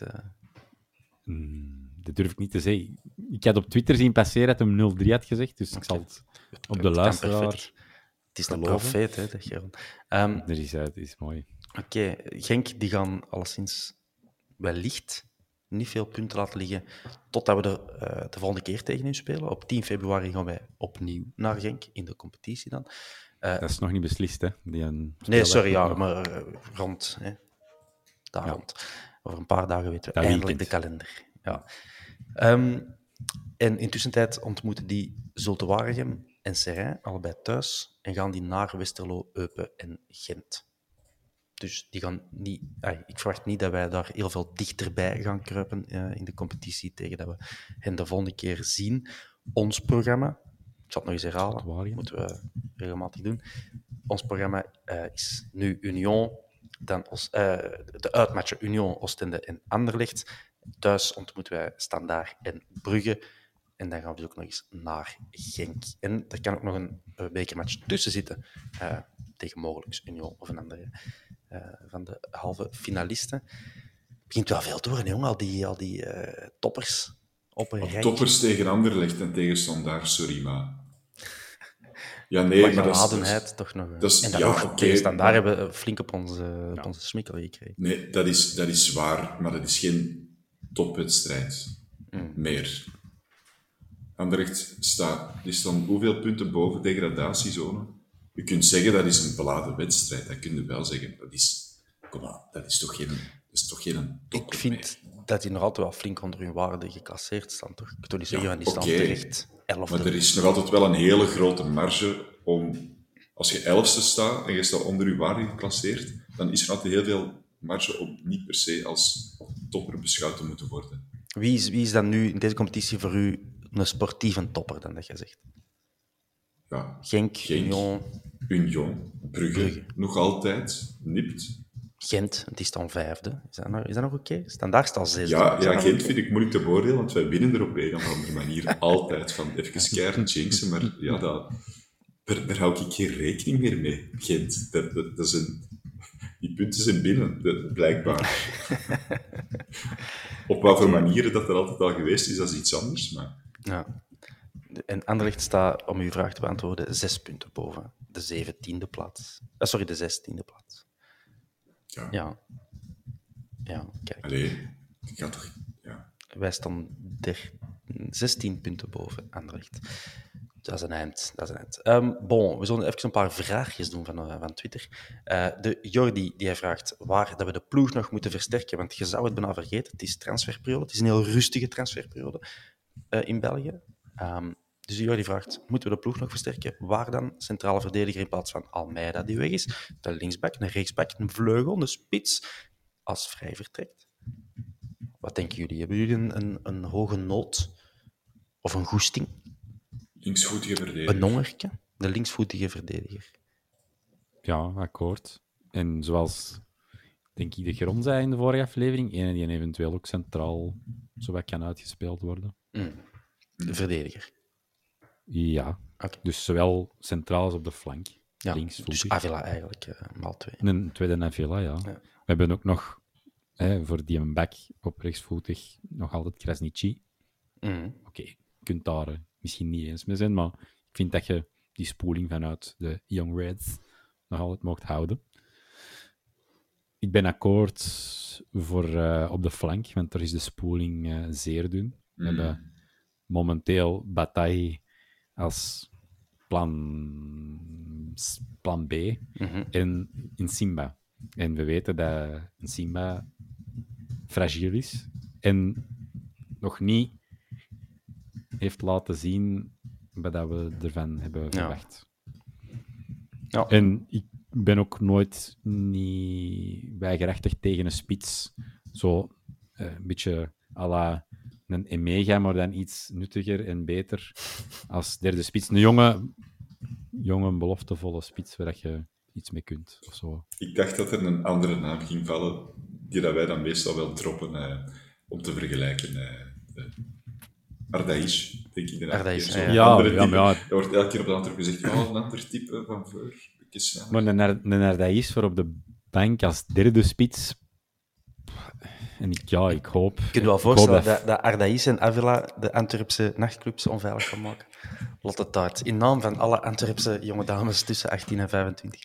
dat durf ik niet te zeggen. Ik had op Twitter zien passeren dat hem 0-3 had gezegd, dus ik zal het op de kan luisteraar perfect. Het is een geloven. profeet, hè, dat Geron. Het is mooi. Oké, Genk die gaan alleszins wellicht niet veel punten laten liggen totdat we er de volgende keer tegen u spelen. Op 10 februari gaan wij opnieuw naar Genk, in de competitie dan. Dat is nog niet beslist, hè? Nee, sorry, maar rond. Hè. Daar rond. Over een paar dagen weten we Dat eindelijk weekend. de kalender. Ja. En intussen tijd ontmoeten die Zulte Waregem en Seraing, allebei thuis, en gaan die naar Westerlo, Eupen en Gent. Dus die gaan niet... ik verwacht niet dat wij daar heel veel dichterbij gaan kruipen in de competitie tegen dat we hen de volgende keer zien. Ons programma, ik zal het nog eens herhalen, moeten we regelmatig doen. Ons programma is nu Union, dan de uitmatchen Union, Oostende en Anderlecht. Thuis ontmoeten wij Standaard en Brugge. En dan gaan we dus ook nog eens naar Genk. En er kan ook nog een bekermatch tussen zitten. Tegen mogelijk Union of een andere van de halve finalisten. Het begint wel veel te worden, jongen. Al die toppers op een rij. Toppers tegen Anderlecht en tegen Standaard, sorry, maar... Ja, nee, maar dat is... geladenheid toch nog... dat is- en dat ja, ook oké, tegen Standaard maar- hebben we flink op onze smikkel gekregen. Nee, dat is waar, maar dat is geen topwedstrijd. Meer. Anderlecht die staan hoeveel punten boven degradatiezone? Je kunt zeggen dat is een beladen wedstrijd, dat kun je wel zeggen. Dat is toch geen Ik topper vind dat die nog altijd wel flink onder hun waarde geclasseerd staan, toch? Ik kan niet zeggen, van die staan oké. terecht 11e. Maar er is nog altijd wel een hele grote marge om... Als je 11e staat en je staat onder je waarde geclasseerd, dan is er altijd heel veel marge om niet per se als topper beschouwd te moeten worden. Wie is dan nu in deze competitie voor u een sportieve topper, dan dat jij zegt? Ja, Genk, Union, Brugge, nog altijd, nipt. Gent, die staan 5e. Is dat nog oké? Standaard staat 6e. Ja, Is dat nog Gent oké? vind ik moeilijk te beoordelen, want wij winnen er op een of andere manier altijd van. Even keihard jinxen, maar ja, daar hou ik geen rekening meer mee. Gent, dat is die punten zijn binnen, blijkbaar. Op wat voor manieren dat er altijd al geweest is, dat is iets anders, maar... Ja. En Anderlecht staat, om uw vraag te beantwoorden, 6 punten boven de 17e plaats. De 16e plaats. Ja. Ja, kijk. Allee, ik ga toch... Ja. Wij staan 16 punten boven Anderlecht. Dat is een eind. Bon, we zullen even een paar vraagjes doen van Twitter. De Jordi die hij vraagt waar dat we de ploeg nog moeten versterken, want je zou het bijna vergeten. Het is transferperiode. Het is een heel rustige transferperiode in België. Dus Jordi vraagt, moeten we de ploeg nog versterken? Waar dan? Centrale verdediger in plaats van Almeida die weg is. De linksback, een rechtsback, een vleugel, een spits. Als Vrij vertrekt. Wat denken jullie? Hebben jullie een hoge nood? Of een goesting? Linksvoetige verdediger. Een hongertje? De linksvoetige verdediger. Ja, akkoord. En zoals, denk ik, de Gron zei in de vorige aflevering, ene die eventueel ook centraal zowat kan uitgespeeld worden. De verdediger. Ja, Oké. dus zowel centraal als op de flank. Ja, Linksvoetig. dus Avila eigenlijk, maal 2. En een tweede Navilla, ja. We hebben ook nog, voor die een back op rechtsvoetig, nog altijd Krasniqi. Oké, je kunt daar misschien niet eens mee zijn, maar ik vind dat je die spoeling vanuit de Young Reds nog altijd mocht houden. Ik ben akkoord voor op de flank, want daar is de spoeling zeer dun. We hebben momenteel Bataille als plan B en in Simba. En we weten dat een Simba fragiel is en nog niet heeft laten zien wat we ervan hebben verwacht. Ja. En ik ben ook nooit niet weigerachtig tegen een spits. Zo een beetje à la een Emega, maar dan iets nuttiger en beter als derde spits. Een jonge beloftevolle spits waar je iets mee kunt. Of zo. Ik dacht dat er een andere naam ging vallen, die dat wij dan meestal wel droppen om te vergelijken. Ardaish, denk ik. Ardaish, Zo'n ja. andere Ja, type. maar ja. Er wordt elke keer op de antwoord gezegd, een ander type van voor. Maar een Ardaish voor op de bank als derde spits. En ik hoop... Je kunt je wel voorstellen dat Ardaish en Avila de Antwerpse nachtclubs onveilig gaan maken. Lotte Taart, in naam van alle Antwerpse jonge dames tussen 18 en 25.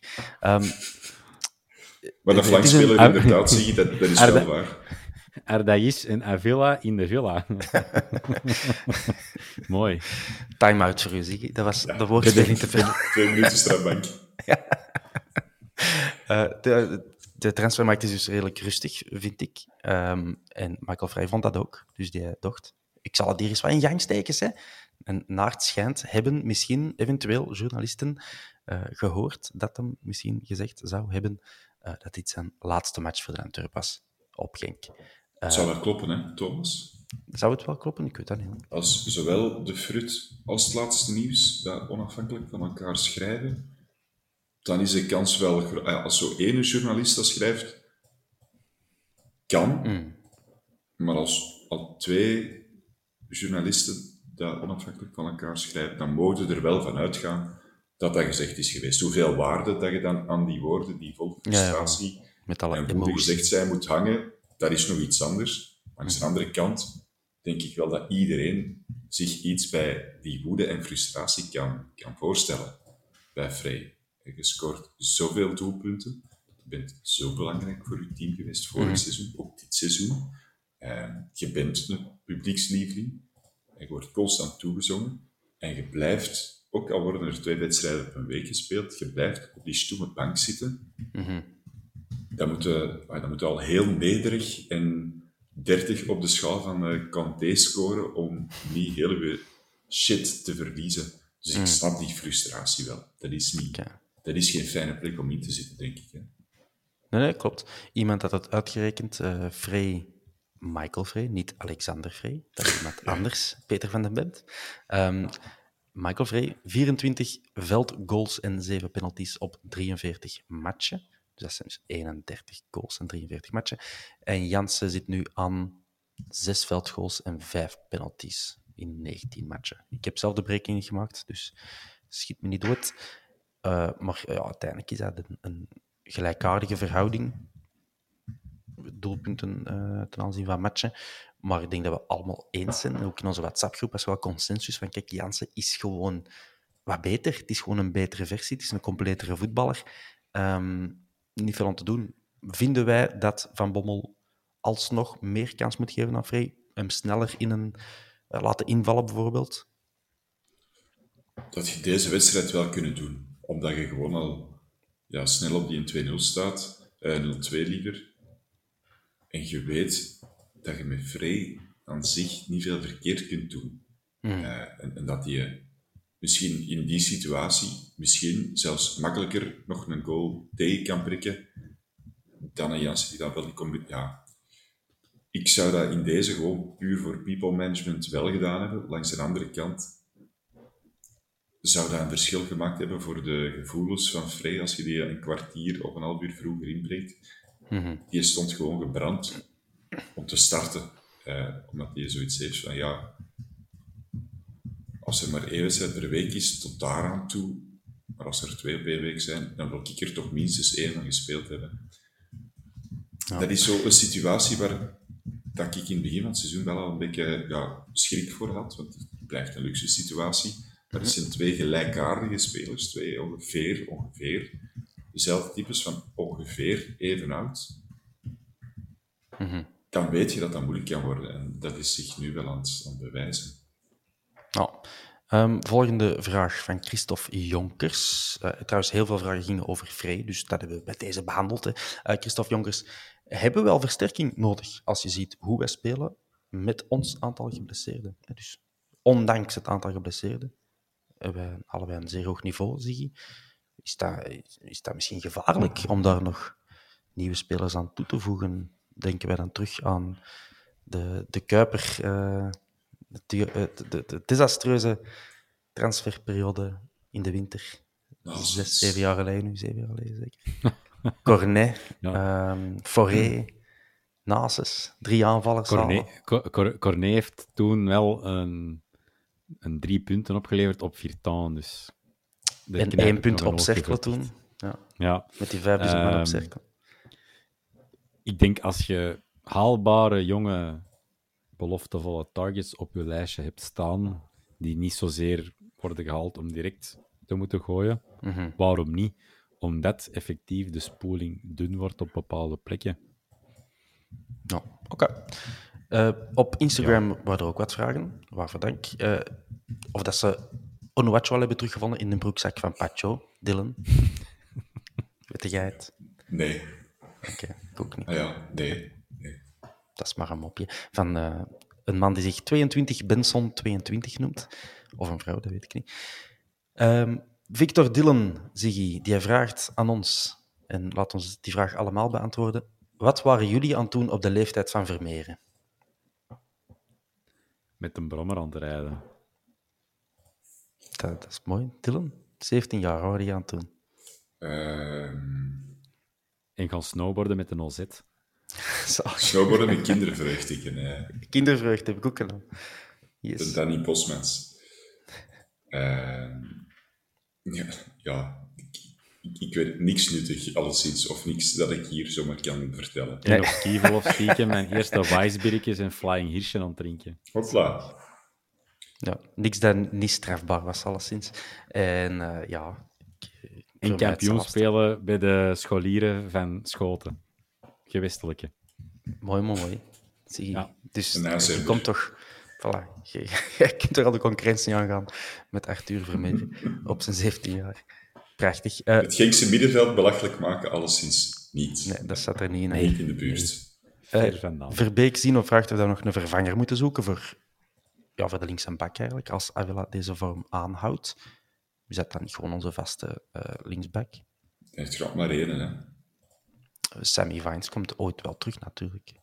Maar de flankspeler inderdaad, zie je, dat is wel waar. Ardaish en Avila in de villa. Mooi. Time-out voor u, Ziggy. Dat was de woordspeling te veel. 2 minuten strafbank. De transfermarkt is dus redelijk rustig, vind ik. En Michael Vrij vond dat ook. Dus die dacht, ik zal het hier eens wat in gang steken. Hè. En naar het schijnt hebben misschien eventueel journalisten gehoord dat hem misschien gezegd zou hebben dat dit zijn laatste match voor de Antwerp was op Genk. Het zou wel kloppen, hè, Thomas? Zou het wel kloppen? Ik weet dat niet. Als zowel de Frut als het laatste nieuws dat onafhankelijk van elkaar schrijven, dan is de kans wel... Als zo ene journalist dat schrijft, kan. Maar als al 2 journalisten dat onafhankelijk van elkaar schrijven, dan mogen we er wel van uitgaan dat dat gezegd is geweest. Hoeveel waarde dat je dan aan die woorden, die vol frustratie met alle en goede emoties gezegd zijn moet hangen, dat is nog iets anders. Maar aan de andere kant denk ik wel dat iedereen zich iets bij die woede en frustratie kan voorstellen bij Vrij. Je scoort zoveel doelpunten. Je bent zo belangrijk voor je team geweest vorig seizoen, ook dit seizoen. Je bent een publiekslieveling. Je wordt constant toegezongen. En je blijft, ook al worden er 2 wedstrijden op een week gespeeld, je blijft op die stoeme bank zitten. Dan moet je al heel nederig en 30 op de schaal van Kanté scoren om niet heel je shit te verliezen. Dus ik snap die frustratie wel. Dat is geen fijne plek om in te zitten, denk ik. Hè. Nee, klopt. Iemand had het uitgerekend. Michael Vrij, niet Alexander Vrij. Dat is iemand anders, Peter van den Bent. Michael Vrij, 24 veldgoals en 7 penalties op 43 matchen. Dus dat zijn dus 31 goals en 43 matchen. En Jansen zit nu aan 6 veldgoals en 5 penalties in 19 matchen. Ik heb zelf de berekening niet gemaakt, dus schiet me niet dood. Maar ja, uiteindelijk is dat een gelijkaardige verhouding. Doelpunten ten aanzien van matchen. Maar ik denk dat we allemaal eens zijn, ook in onze WhatsApp-groep, is wel consensus van kijk, Jansen is gewoon wat beter. Het is gewoon een betere versie. Het is een completere voetballer. Niet veel aan te doen. Vinden wij dat Van Bommel alsnog meer kans moet geven aan Vrij? Hem sneller laten invallen, bijvoorbeeld? Dat je deze wedstrijd wel kunnen doen. Omdat je gewoon al snel op die 2-0 staat. 0-2 liever. En je weet dat je met Vrij aan zich niet veel verkeerd kunt doen. En dat hij misschien in die situatie misschien zelfs makkelijker nog een goal tegen kan prikken dan een Jansen die dat wel die ja. Ik zou dat in deze gewoon puur voor people management wel gedaan hebben. Langs de andere kant zou dat een verschil gemaakt hebben voor de gevoelens van Frey als je die een kwartier of een half uur vroeger inbreekt. Die stond gewoon gebrand om te starten. Omdat hij zoiets heeft van ja, als er maar 1 wedstrijd per week is, tot daaraan toe, maar als er 2 per week zijn, dan wil ik er toch minstens 1 van gespeeld hebben. Ja. Dat is zo een situatie waar dat ik in het begin van het seizoen wel al een beetje schrik voor had, want het blijft een luxe situatie. Maar het zijn 2 gelijkaardige spelers, 2 ongeveer dezelfde types van ongeveer even oud. Dan weet je dat dat moeilijk kan worden. En dat is zich nu wel aan het bewijzen. Volgende vraag van Christophe Jonkers. Trouwens, heel veel vragen gingen over Frey, dus dat hebben we bij deze behandeld. Hè. Christophe Jonkers, hebben we wel versterking nodig als je ziet hoe wij spelen met ons aantal geblesseerden? Dus ondanks het aantal geblesseerden hebben we allebei een zeer hoog niveau, Ziggy. Is dat misschien gevaarlijk om daar nog nieuwe spelers aan toe te voegen? Denken wij dan terug aan de Kuiper, de desastreuze transferperiode in de winter. 7 jaar geleden nu, 7 jaar geleden zeker. Cornet, Forêt, Nases, 3 aanvallers. Cornet heeft toen wel een 3 punten opgeleverd op Virtaan. Dus en 1 punt op Cercle toen. Ja. Met die 5 man op Cercle. Ik denk als je haalbare, jonge, beloftevolle targets op je lijstje hebt staan, die niet zozeer worden gehaald om direct te moeten gooien, waarom niet? Omdat effectief de spoeling dun wordt op bepaalde plekken. Ja, oké. Op Instagram waren er ook wat vragen, waarvoor dank. Of dat ze Onuachu al hebben teruggevonden in de broekzak van Pacho, Dylan. Weet jij het? Nee. Oké, ik ook niet. Nee. Dat is maar een mopje. Van een man die zich 22 Benson 22 noemt. Of een vrouw, dat weet ik niet. Victor Dillon, Ziggy, die vraagt aan ons, en laat ons die vraag allemaal beantwoorden. Wat waren jullie aan toen op de leeftijd van Vermeeren? Met een brommer aan te rijden. Dat is mooi. Dillon, 17 jaar, wat waren je aan toen? En gaan snowboarden met een OZ. Snowboarden met kindervreugd. Kindervreugd heb ik ook gedaan. Yes. Danny Bosmans. Ik weet niks nuttig, alleszins. Of niks dat ik hier zomaar kan vertellen. En op Kievel of stiekem mijn eerste Weissbirkjes en Flying Hirschen aan het drinken. Hopla. Ja, niks dat niet strafbaar was, alleszins. En En kampioen spelen bij de scholieren van Schoten. Gewestelijke. Mooi. Zie je. Ja. Dus je komt toch... Voilà. Je kunt er al de concurrentie aangaan met Arthur Vermeer op zijn 17 jaar. Prachtig. Het Genkse middenveld belachelijk maken, alleszins niet. Nee, dat staat er niet in. Nee, in de buurt. Verbeek Zino vraagt of we nog een vervanger moeten zoeken voor de links en bak eigenlijk, als Avila deze vorm aanhoudt. Is dat dan niet gewoon onze vaste linksback? Er is er maar één, hè. Sammy Vines komt ooit wel terug, natuurlijk.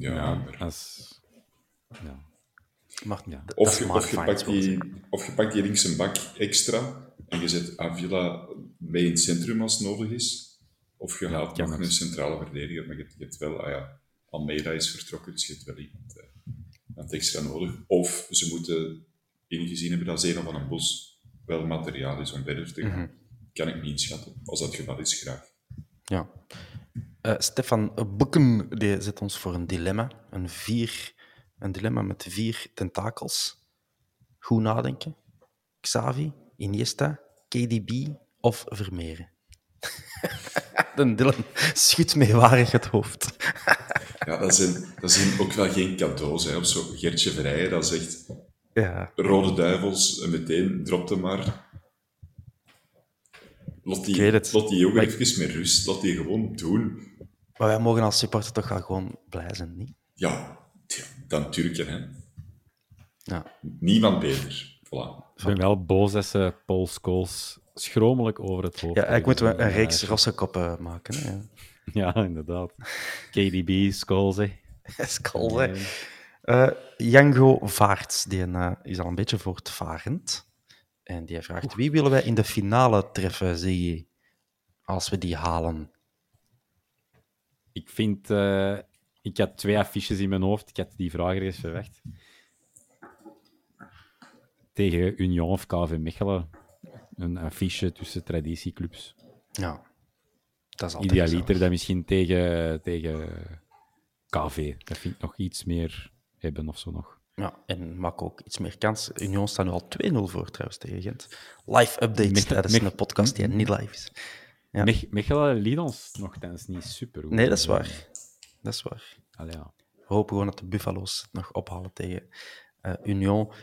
Of je pakt die linkse bak extra en je zet Avila mee in het centrum als het nodig is. Of je haalt nog een centrale verdediger, maar je hebt wel... Almeida is vertrokken, dus je hebt wel iemand aan het extra nodig. Of ze moeten ingezien hebben dat Zeno van een Bos wel materiaal is om verder te gaan. Kan ik niet inschatten. Als dat het geval is, graag. Ja. Stefan Boeken die zet ons voor een dilemma. Een dilemma met 4 tentakels. Goed nadenken. Xavi, Iniesta, KDB of Vermeeren. De Dylan schudt meewarig het hoofd. Ja, dat zijn ook wel geen cadeaus. Hè. Of zo Gertje Vrijen, dat zegt... Ja. Rode Duivels, en meteen dropt hem maar. Laat die jongen even met rust. Laat die gewoon doen. Maar wij mogen als supporter toch wel gewoon blij zijn, niet? Ja, dan Turken, hè. Ja. Niemand beter. Voilà. Ik ben wel boos dat ze Paul Scholes schromelijk over het hoofd Ja, eigenlijk moeten we een reeks Ja, rossenkoppen maken. Hè? ja, inderdaad. KDB, Scholes, hè. Skol, hè. Django Vaarts, die is al een beetje voortvarend. En die vraagt, wie willen wij in de finale treffen, Ziggy, als we die halen? Ik vind... ik had 2 affiches in mijn hoofd. Ik had die vraag ergens verwacht. Tegen Union of KV Mechelen. Een affiche tussen traditieclubs. Ja, dat is altijd Idealiter gezellig. dan misschien tegen KV. Dat vind ik nog iets meer hebben of zo nog. Ja, en maak ook iets meer kans. Union staat nu al 2-0 voor trouwens tegen Gent. Live updates tijdens een podcast die niet live is. Ja. Mechelen liet ons nogthans niet super goed. Nee, dat is waar. Dat is waar. Allee, ja. We hopen gewoon dat de Buffalo's het nog ophalen tegen Union.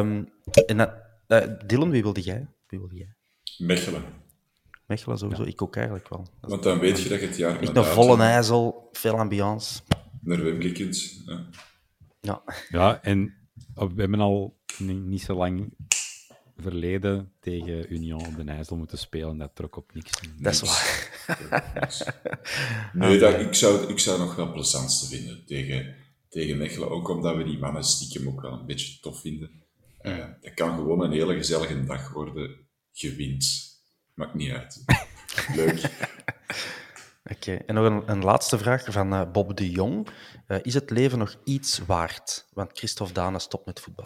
Dylan, wie wilde jij? Mechelen. Mechelen sowieso. Ik ook eigenlijk wel. Dat is Want dan weet je dat je het jaar echt na een volle datum ijzel, veel ambiance. naar Wembley kunt. Ja. Ja, Ja, en we hebben al niet zo lang verleden tegen Union op de IJssel moeten spelen. Dat trok op niks. dat is waar. Nee, ik zou nog wel het plezantste vinden tegen Mechelen. Ook omdat we die mannen stiekem ook wel een beetje tof vinden. Dat kan gewoon een hele gezellige dag worden. Gewint. Maakt niet uit. Leuk. Oké, en nog een laatste vraag van Bob de Jong. Is het leven nog iets waard? Want Christophe Dane stopt met voetbal.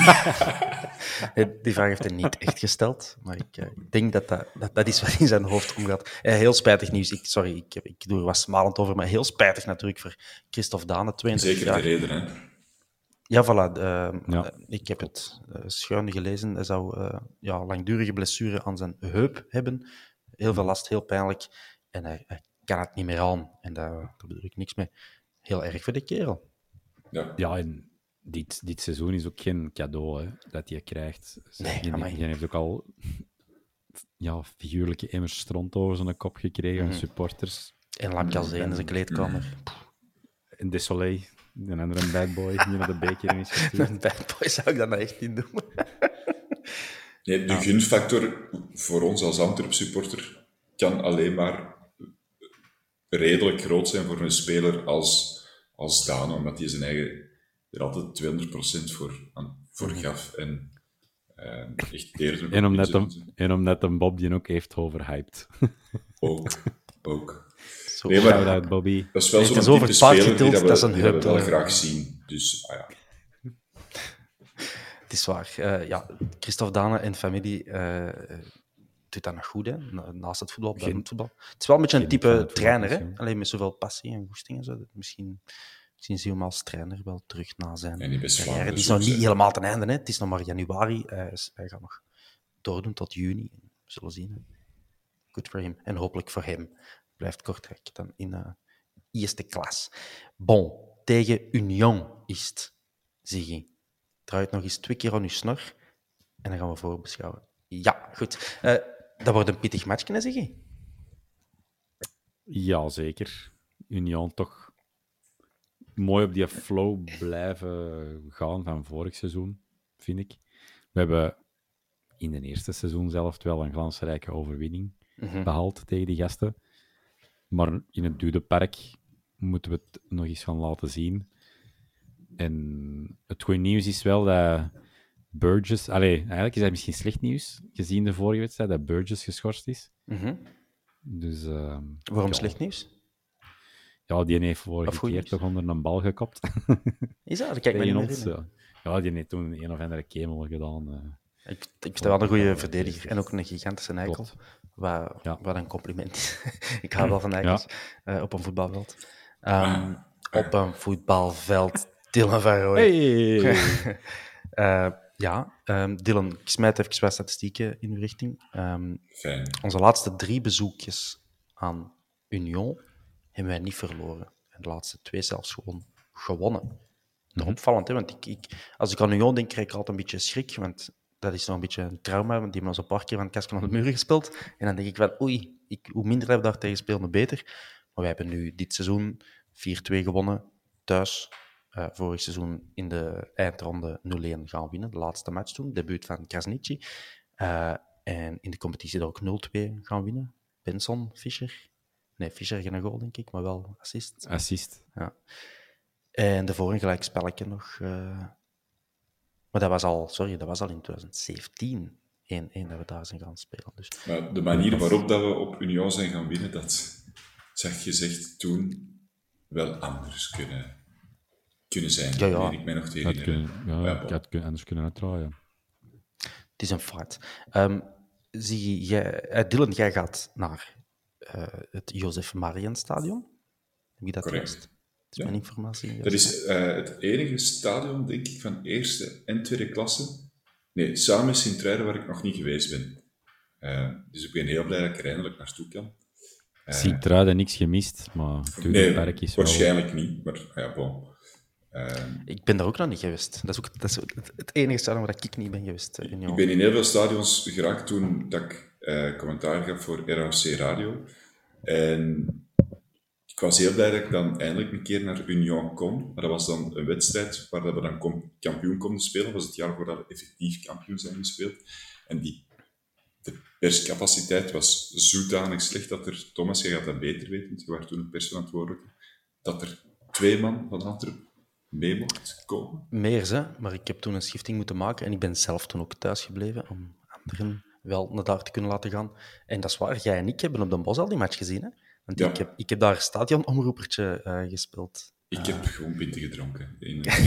Die vraag heeft hij niet echt gesteld, maar ik denk dat is wat in zijn hoofd omgaat. Heel spijtig nieuws. Ik doe er wat smalend over, maar heel spijtig natuurlijk voor Christophe Dane, 32 Zeker de jaar. reden, hè. Ja, voilà. Ja. Ik heb het schuin gelezen. Hij zou langdurige blessure aan zijn heup hebben. Heel veel last, heel pijnlijk. En hij kan het niet meer aan. En daar bedoel ik niks mee. Heel erg voor de kerel. Ja. Ja, en dit seizoen is ook geen cadeau hè, dat je krijgt. Nee, je amai. heeft ook al figuurlijke emmers stront over zijn kop gekregen van supporters. En Lamkazé in zijn kleedkamer. En Desolé, een andere bad boy, die naar de beker is gestuurd. Een bad boy zou ik dat nou echt niet doen. Nee, de gunfactor voor ons als Antwerp-supporter kan alleen maar redelijk groot zijn voor een speler als Daan, omdat hij zijn eigen er altijd 200% voor gaf. En echt deerde En omdat een Bob die ook heeft overhyped. Ook. Zo. Nee, maar Shout-out Bobby. dat is wel Het zo'n is over type het paard speler die getild, dat is een die we heup, wel hè. graag zien. Dus, ja. Het is waar. Christophe Dane en familie doet dat nog goed, hè? Naast het voetbal, buiten het voetbal. Het is wel een beetje een geen fan type van het trainer, hè? voetbal, Alleen met zoveel passie en goesting en zo. Misschien zien ze hem als trainer wel terug na zijn En die best carrière. Vlaanderen Die is nog soms, niet hè. helemaal ten einde, hè? Het is nog maar januari. Hij gaat nog doordoen tot juni. We zullen zien. Hè. Good for him. En hopelijk voor hem blijft Kortrijk dan in eerste klas. Bon, tegen Union is het, Ziggy. Draai het nog eens 2 keer aan uw snor en dan gaan we voorbeschouwen. Ja, goed. Dat wordt een pittig matchje, hè, Ziggy? Ja, zeker. Union toch mooi op die flow blijven gaan van vorig seizoen, vind ik. We hebben in de eerste seizoen zelf wel een glansrijke overwinning behaald tegen die gasten. Maar in het Dudepark moeten we het nog eens gaan laten zien. En het goede nieuws is wel dat Burgess... eigenlijk is dat misschien slecht nieuws, gezien de vorige wedstrijd, dat Burgess geschorst is. Dus... Waarom slecht nieuws? Ja, die heeft Of vorige goed keer nieuws? toch onder een bal gekopt. Is dat? Dat kan ik me niet Tegen meer ons. herinneren. Ja, die heeft toen een of andere kemel gedaan. Ik sta wel een goede verdediger en ook een gigantische eikel. Klopt. Wat een compliment is. Ik hou wel van eikels op een voetbalveld. Op een voetbalveld, Dylan van Rooij. Hey! Dylan, ik smijt even wat statistieken in uw richting. Fijn. Onze laatste 3 bezoekjes aan Union hebben wij niet verloren. En de laatste 2 zelfs gewoon gewonnen. Dat is opvallend, hè? Want als ik aan Union denk, krijg ik altijd een beetje schrik. Want dat is nog een beetje een trauma, want die hebben ons een paar keer van het kastje naar de muren gespeeld. En dan denk ik van, oei, hoe minder dat we daar tegen spelen, hoe beter. Maar wij hebben nu dit seizoen 4-2 gewonnen, thuis. vorig seizoen in de eindronde 0-1 gaan winnen. De laatste match toen, debuut van Krasniqi. En in de competitie er ook 0-2 gaan winnen. Benson, Fischer. Nee, Fischer geen goal, denk ik, maar wel assist. Assist. Ja. En daarvoor een gelijk spelletje nog. Maar dat was al in 2017. 1-1 dat we daar zijn gaan spelen. Dus. Maar de manier waarop dat we op Union zijn gaan winnen, dat zag gezegd toen wel anders kunnen zijn. Ja. Dat weet ik mij nog te herinneren. Ik had anders kunnen uitdraaien. Het is een feit. Dylan, jij gaat naar het Jozef Marienstadion. Wie dat Correct. wist. Dat is mijn informatie. Dat is het enige stadion, denk ik, van eerste en tweede klasse. Nee, samen met Sint-Truiden, waar ik nog niet geweest ben. Dus ik ben heel blij dat ik er eindelijk naartoe kan. Sint-Truiden niks gemist, maar het Nee, park is wel... waarschijnlijk niet, maar ja, bon. Ik ben daar ook nog niet geweest. Dat is ook het enige stadion waar ik niet ben geweest. Ik ben in heel veel stadions geraakt toen dat ik commentaar gaf voor RAC Radio. En ik was heel blij dat ik dan eindelijk een keer naar Union kon. Maar dat was dan een wedstrijd waar we dan kampioen konden spelen. Dat was het jaar voordat we effectief kampioen zijn gespeeld. En de perscapaciteit was zodanig slecht dat er, Thomas, jij gaat dat beter weten, want je was toen een persverantwoordelijke, dat er 2 man van Antwerpen mee mocht komen. Meer, hè? Maar ik heb toen een schifting moeten maken en ik ben zelf toen ook thuis gebleven om anderen wel naar daar te kunnen laten gaan. En dat is waar, jij en ik hebben op Den Bosch al die match gezien, hè? Want Ja. ik heb daar stadionomroepertje gespeeld. Ik heb gewoon pinten gedronken.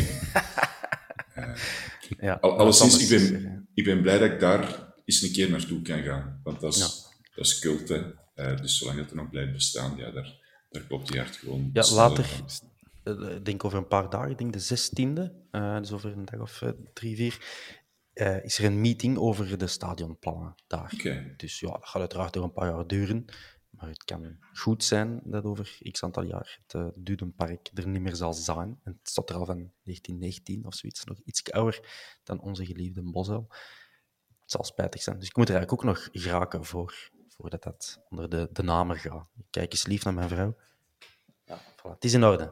Ja, Alleszins, ik ben blij dat ik daar eens een keer naartoe kan gaan. Want dat is cult, hè. Dus zolang het er nog blijft bestaan, ja, daar klopt die hart gewoon. Ja, later, ik denk over een paar dagen, ik denk de 16e, dus over een dag of 3, 4, is er een meeting over de stadionplannen daar. Oké. Dus ja, dat gaat uiteraard nog een paar jaar duren. Maar het kan goed zijn dat over x aantal jaar het Dudenpark er niet meer zal zijn. En het staat er al van 1919 of zoiets, nog iets ouder dan onze geliefde Bosel. Het zal spijtig zijn. Dus ik moet er eigenlijk ook nog geraken voordat dat onder de namer gaat. Ik kijk eens lief naar mijn vrouw. Ja, voilà. Het is in orde.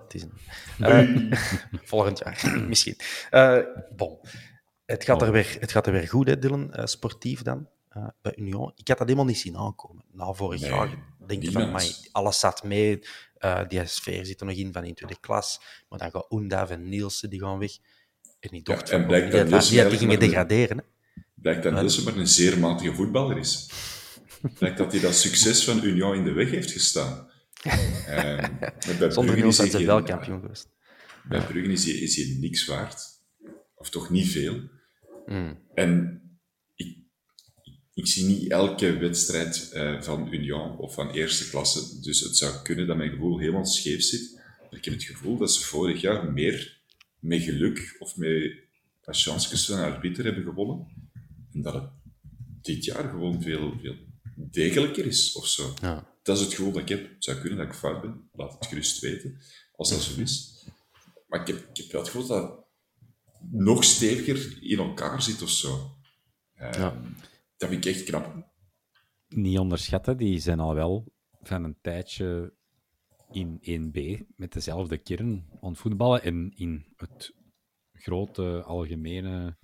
Volgend jaar, misschien. Bon. Het gaat er weer goed, hè, Dylan, sportief dan. Bij Union. Ik had dat helemaal niet zien aankomen. Na vorig jaar denk ik van, alles zat mee. Die sfeer zit er nog in van in tweede klas. Maar dan gaan Oendav en Nielsen, die gaan weg. En ik dacht en blijkt dat die gingen degraderen. Hè. Blijkt dat Nielsen maar een zeer matige voetballer is. Blijkt dat hij dat succes van Union in de weg heeft gestaan. Zonder Nielsen zijn ze wel kampioen geweest. Bij Brugge is hij niks waard. Of toch niet veel. En ik zie niet elke wedstrijd van Union of van eerste klasse. Dus het zou kunnen dat mijn gevoel helemaal scheef zit. Maar ik heb het gevoel dat ze vorig jaar meer met geluk of met chances van een arbiter hebben gewonnen. En dat het dit jaar gewoon veel, veel degelijker is of zo. Ja. Dat is het gevoel dat ik heb. Het zou kunnen dat ik fout ben. Laat het gerust weten, als dat zo is. Maar ik heb wel het gevoel dat het nog steviger in elkaar zit of zo. Dat vind ik echt knap. Niet onderschatten, die zijn al wel van een tijdje in 1B met dezelfde kern aan het voetballen. En in het grote algemene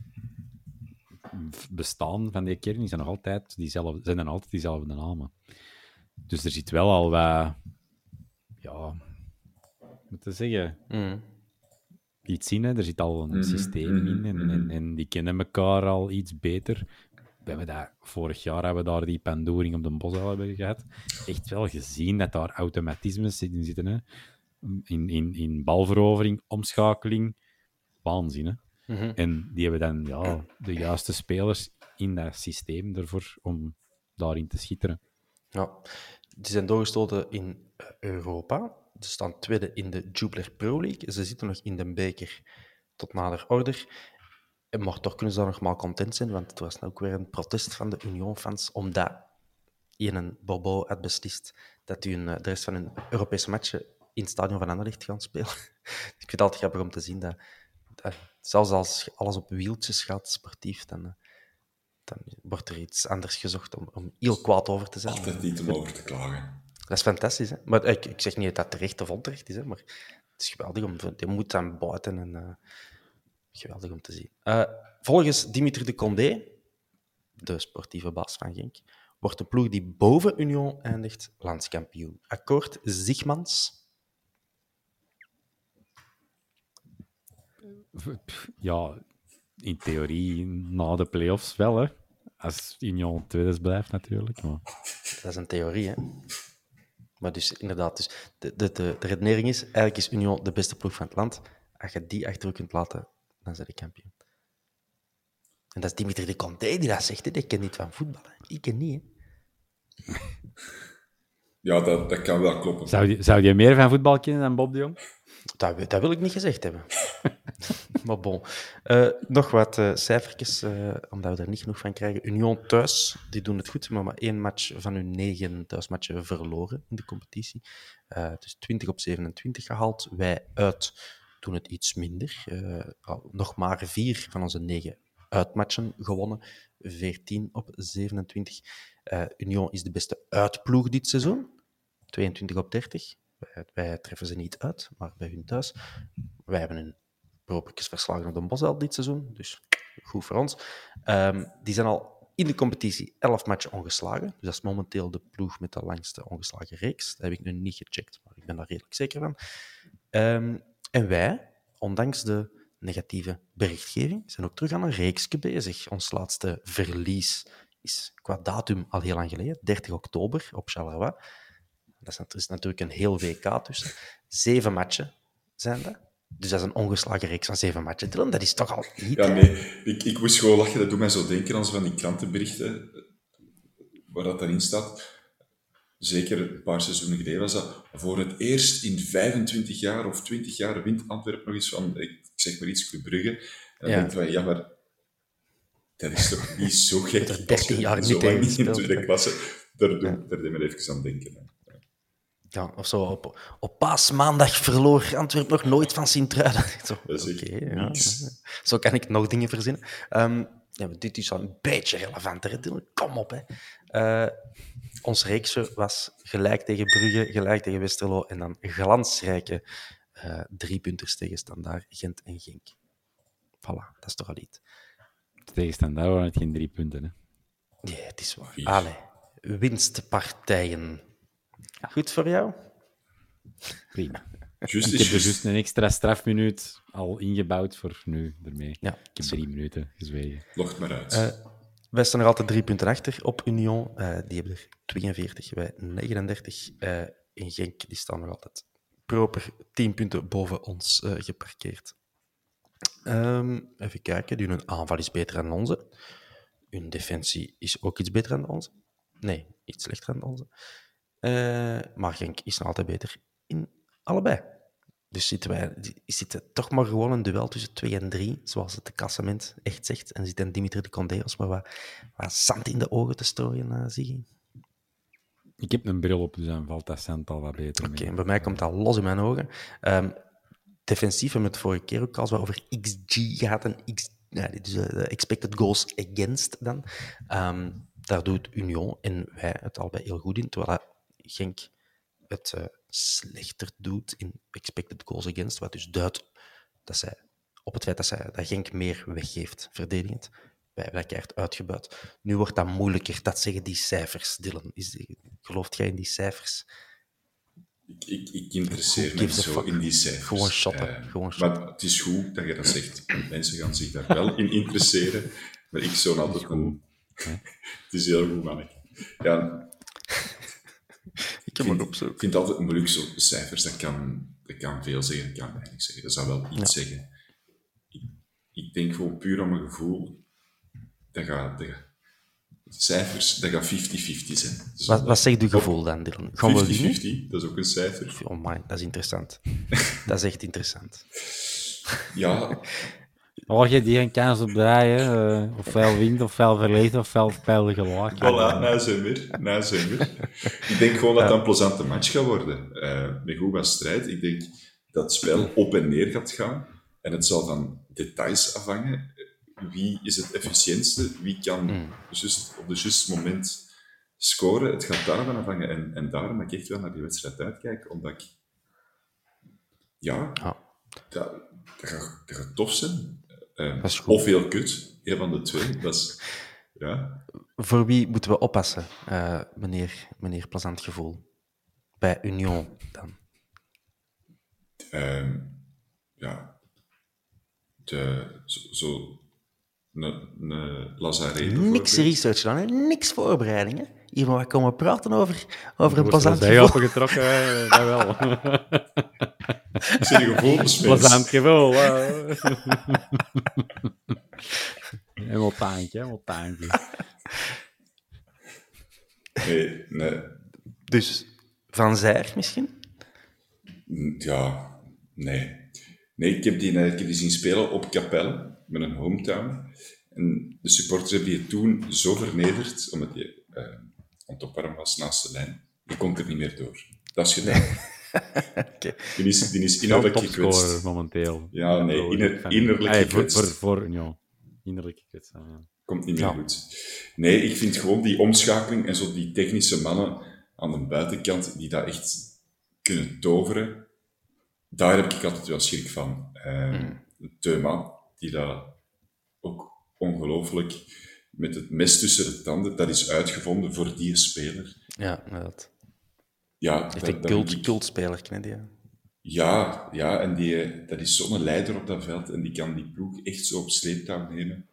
bestaan van die kern zijn nog altijd diezelfde namen. Dus er zit wel al wat, ja, moet ik zeggen, iets in. Hè. Er zit al een systeem in en die kennen elkaar al iets beter. Vorig jaar hebben we daar die pandoering op de Bos hebben gehad. Echt wel gezien dat daar automatismes in zitten. Hè. In balverovering, omschakeling. Waanzin, hè. En die hebben dan de juiste spelers in dat systeem ervoor om daarin te schitteren. Ja, die zijn doorgestoten in Europa. Ze staan tweede in de Jupiler Pro League. Ze zitten nog in de beker tot nader order. Maar toch kunnen ze daar nog maar content zijn, want het was nou ook weer een protest van de Union-fans, omdat een Bobo had beslist dat hij de rest van hun Europese matchen in het stadion van Anderlecht gaan spelen. Ik vind het altijd grappig om te zien dat zelfs als alles op wieltjes gaat, sportief, dan wordt er iets anders gezocht om heel kwaad over te zijn. Altijd niet om over te klagen. Dat is fantastisch, hè? Maar ik zeg niet dat dat terecht of onterecht is, hè? Maar het is geweldig. Je moet aan buiten en geweldig om te zien. Volgens Dimitri de Condé, de sportieve baas van Genk, wordt de ploeg die boven Union eindigt landskampioen. Akkoord Zigmans? Ja, in theorie na de play-offs wel, hè. Als Union tweede blijft, natuurlijk. Maar... Dat is een theorie, hè. Maar dus inderdaad, de redenering is, eigenlijk is Union de beste ploeg van het land. Als je die achter je kunt laten, dan zijn de kampioen. En dat is Dimitri de Condé die dat zegt, hè. Die kent niet van voetbal. Hè. Ik ken niet, hè. Ja, dat kan wel kloppen. Zou je meer van voetbal kennen dan Bob de Jong? Dat wil ik niet gezegd hebben. Maar bon. Nog wat cijfertjes, omdat we er niet genoeg van krijgen. Union thuis, die doen het goed, maar 1 match van hun 9 thuismatchen verloren in de competitie. Dus 20 op 27 gehaald. Wij uit doen het iets minder. Nog maar 4 van onze 9 uitmatchen gewonnen. 14 op 27. Union is de beste uitploeg dit seizoen. 22 op 30. Wij treffen ze niet uit, maar bij hun thuis. Wij hebben een propertjes verslagen op de Bosuil dit seizoen, dus goed voor ons. Die zijn al in de competitie 11 matchen ongeslagen. Dus dat is momenteel de ploeg met de langste ongeslagen reeks. Dat heb ik nu niet gecheckt, maar ik ben daar redelijk zeker van. En wij, ondanks de negatieve berichtgeving, zijn ook terug aan een reeksje bezig. Ons laatste verlies is qua datum al heel lang geleden, 30 oktober op Charleroi. Dat is natuurlijk een heel WK tussen. 7 matchen zijn dat. Dus dat is een ongeslagen reeks van 7 matchen. Dylan, dat is toch al niet... Ja, nee. Ik moest gewoon lachen. Dat doet mij zo denken aan zo van die krantenberichten waar dat daarin staat. Zeker een paar seizoenen geleden was dat. Voor het eerst in 25 jaar of 20 jaar wint Antwerpen nog eens van, ik zeg maar iets, Club Brugge. En dan denk je van, ja, maar dat is toch niet zo gek. Er 13 jaar niet zo lang tegen niet in de gespeeld. tweede klasse. Daar deed me even aan denken. Hè. Ja, of zo, op paasmaandag verloor Antwerpen nog nooit van Sint-Truiden. Dat is echt ja. niks. Zo kan ik nog dingen verzinnen. Ja, maar dit is al een beetje relevanter, hè, Dylan. Kom op, hè. Ons reeksje was gelijk tegen Brugge, gelijk tegen Westerlo en dan glansrijke 3-punters tegen Standaard, Gent en Genk. Voilà, dat is toch al iets. Tegen Standaard waren het geen 3 punten, hè. Ja, het is waar. 4. Allee, winstpartijen. Goed voor jou? Prima. Juist Ik is heb er juist. juist een extra strafminuut al ingebouwd voor nu ermee. Ja, Ik heb 3 minuten gezwegen. Locht maar uit. Wij staan nog altijd 3 punten achter op Union. Die hebben er 42, wij 39. In Genk die staan nog altijd proper 10 punten boven ons geparkeerd. Even kijken. Hun aanval is beter dan onze. Hun defensie is ook iets beter dan onze. Nee, iets slechter dan onze. Maar Genk is nog altijd beter in allebei. Dus zitten toch maar gewoon een duel tussen 2 en 3, zoals het klassement echt zegt. En zit dan Dimitri de Condé ons maar wat zand in de ogen te strooien, Ziggy. Ik heb een bril op, dus dan valt dat cent al wat beter mee. Oké, en bij mij komt dat los in mijn ogen. Defensief hebben we het vorige keer ook al over XG gehad. Dus expected goals against dan. Daar doet Union en wij het al bij heel goed in, terwijl Genk het slechter doet in expected goals against, wat dus duidt dat zij, op het feit dat Genk meer weggeeft verdedigend. Wij hebben dat keihard uitgebuit. Nu wordt dat moeilijker, dat zeggen die cijfers, Dylan. Gelooft jij in die cijfers? Ik interesseer Who me gives a zo fuck? in die cijfers. Gewoon shotten, gewoon shotten. Maar het is goed dat je dat zegt. Mensen gaan zich daar wel in interesseren. Maar ik zou altijd gewoon... Het is heel goed, man. Ja, Ik heb maar opzoeken. ik vind het altijd moeilijk, zo cijfers. Dat kan veel zeggen, dat kan weinig zeggen. Dat zou wel iets zeggen. Ik denk gewoon puur aan mijn gevoel... Cijfers, dat gaat 50-50 zijn. Dus Wat zegt uw gevoel dan, Dylan? Gaan we winnen? 50-50, dat is ook een cijfer. Oh man, dat is interessant. Dat is echt interessant. Ja, Oh, je die een kans op draaien, ofwel wint, ofwel verliest, ofwel pijlen gelijk. voilà, na zomer. Ik denk gewoon dat het een plezante match gaat worden. Met goed wat strijd. Ik denk dat het spel op en neer gaat gaan. En het zal van details afhangen. Wie is het efficiëntste? Wie kan juist op het juiste moment scoren? Het gaat daarvan afhangen. En daarom dat ik echt wel naar die wedstrijd uitkijk. Omdat ik Ja, Ja. dat gaat tof zijn. Dat is goed. Of heel kut. Een van de twee. Dat is... Ja. Voor wie moeten we oppassen, meneer Plezant Gevoel? Bij Union dan. Ja. Een Lazare bijvoorbeeld. Niks research dan, hè? Niks voorbereiding. Hè? Hier maar komen praten over een Wordt Plezant hij Gevoel. opengetrokken, dat wel. Ik ben een gevoelsmens. Plezant gevoel. Een montaantje. Nee. Dus Van Zijr misschien? Ja, nee. Nee, ik heb die zien spelen op Capelle, met een hometown. En de supporters hebben die toen zo vernederd, omdat die aan het opwarmen was naast de lijn. Die kon er niet meer door. Dat is gedaan. Oké. Die is Wel innerlijk topscorer gekwetst. momenteel. Ja, nee, Van- innerlijk gekwetst. voor Union. Innerlijk gekwetst, ja. Komt niet meer Ja. goed. Nee, ik vind gewoon die omschakeling en zo die technische mannen aan de buitenkant die dat echt kunnen toveren, daar heb ik altijd wel schrik van. Teuma, die dat ook ongelooflijk met het mes tussen de tanden, dat is uitgevonden voor die speler. Ja, inderdaad. Ja, Echt een cultspeler, ken je die? Ja, en dat is zo'n leider op dat veld en die kan die ploeg echt zo op sleeptouw nemen.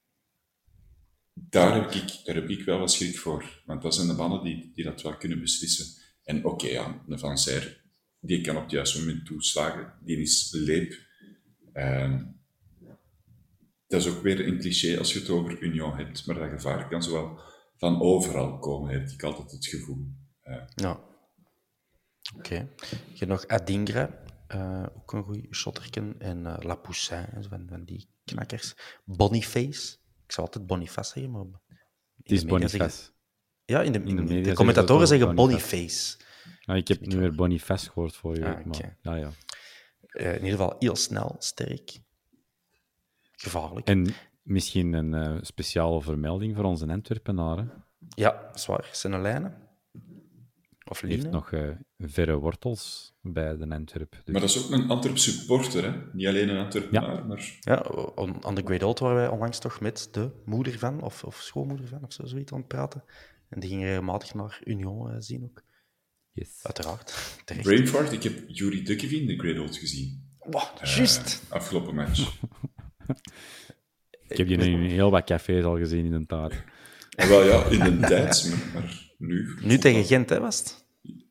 Daar heb ik wel wat schrik voor. Want dat zijn de mannen die dat wel kunnen beslissen. En oké, ja, een Van Zijr, die kan op het juiste moment toeslagen. Die is leep. Dat is ook weer een cliché als je het over Union hebt. Maar dat gevaar kan zowel van overal komen, heb ik altijd het gevoel. Ja. Oké. Je hebt nog Adingra, ook een goeie shotterken. En La Poussin, van die knakkers. Boniface. Ik zou altijd Boniface zeggen, maar... Het is Boniface. Ja, in de media de commentatoren zeggen zeggen ze Boniface. Ik heb nu weer Boniface gehoord voor je. Ah, Maar, oké. ja. In ieder geval heel snel, sterk. Gevaarlijk. En misschien een speciale vermelding voor onze Antwerpenaren. Ja, zwaar. Zijn lijnen. Of Hij heeft Line. nog verre wortels bij de Antwerp. Dus Maar dat is ook een Antwerp supporter, hè? Niet alleen een Antwerpenaar, maar... Ja, aan de Great Old waren wij onlangs toch met de moeder van, of schoonmoeder van, of zoiets aan het praten. En die ging regelmatig naar Union zien ook. yes. Uiteraard. Terecht. Brainfart, ik heb Yuri Dukkevi in de Great Old gezien. Wow, juist. Afgelopen match. Ik heb die in heel wat cafés al gezien in een taart. En wel ja, in de tijd, maar nu... Nu tegen Gent, hè, was het?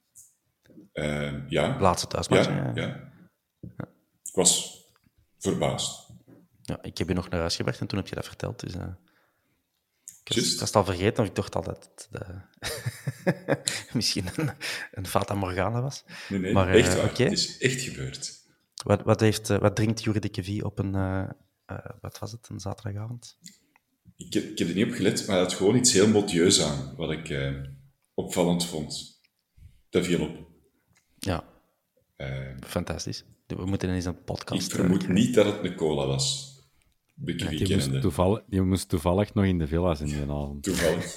Ja. Laatste thuismatch. Ja. Ik was verbaasd. Ja, ik heb je nog naar huis gebracht en toen heb je dat verteld. Dus, ik Juist. was het al vergeten, of ik dacht al dat het misschien een Fata Morgana was. Nee, Maar, echt waar. oké. Het is echt gebeurd. Wat drinkt Jure de Kevie op een... wat was het, een zaterdagavond? Ik heb er niet op gelet, maar hij had gewoon iets heel modieus aan, wat ik opvallend vond. Dat viel op. Ja, fantastisch. We moeten eens een podcast... Ik vermoed niet dat het een cola was. Bukkewie kennende. Die moest toevallig nog in de villa's in die avond. Toevallig.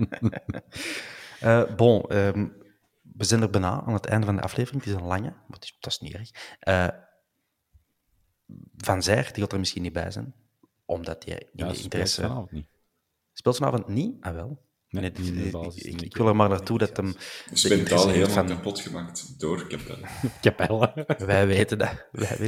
We zijn er bijna aan het einde van de aflevering. Het is een lange, maar dat is niet erg. Van Zijr, die gaat er misschien niet bij zijn, omdat hij Ja, niet ze de interesse... speelt vanavond niet. Speelt vanavond niet? Ah, wel. Nee, Nee, niet in de basis. ik wil er maar naartoe dat hem... Dus de mentaal interesse heeft helemaal van... kapot gemaakt door Capelle. Capelle. Wij weten dat.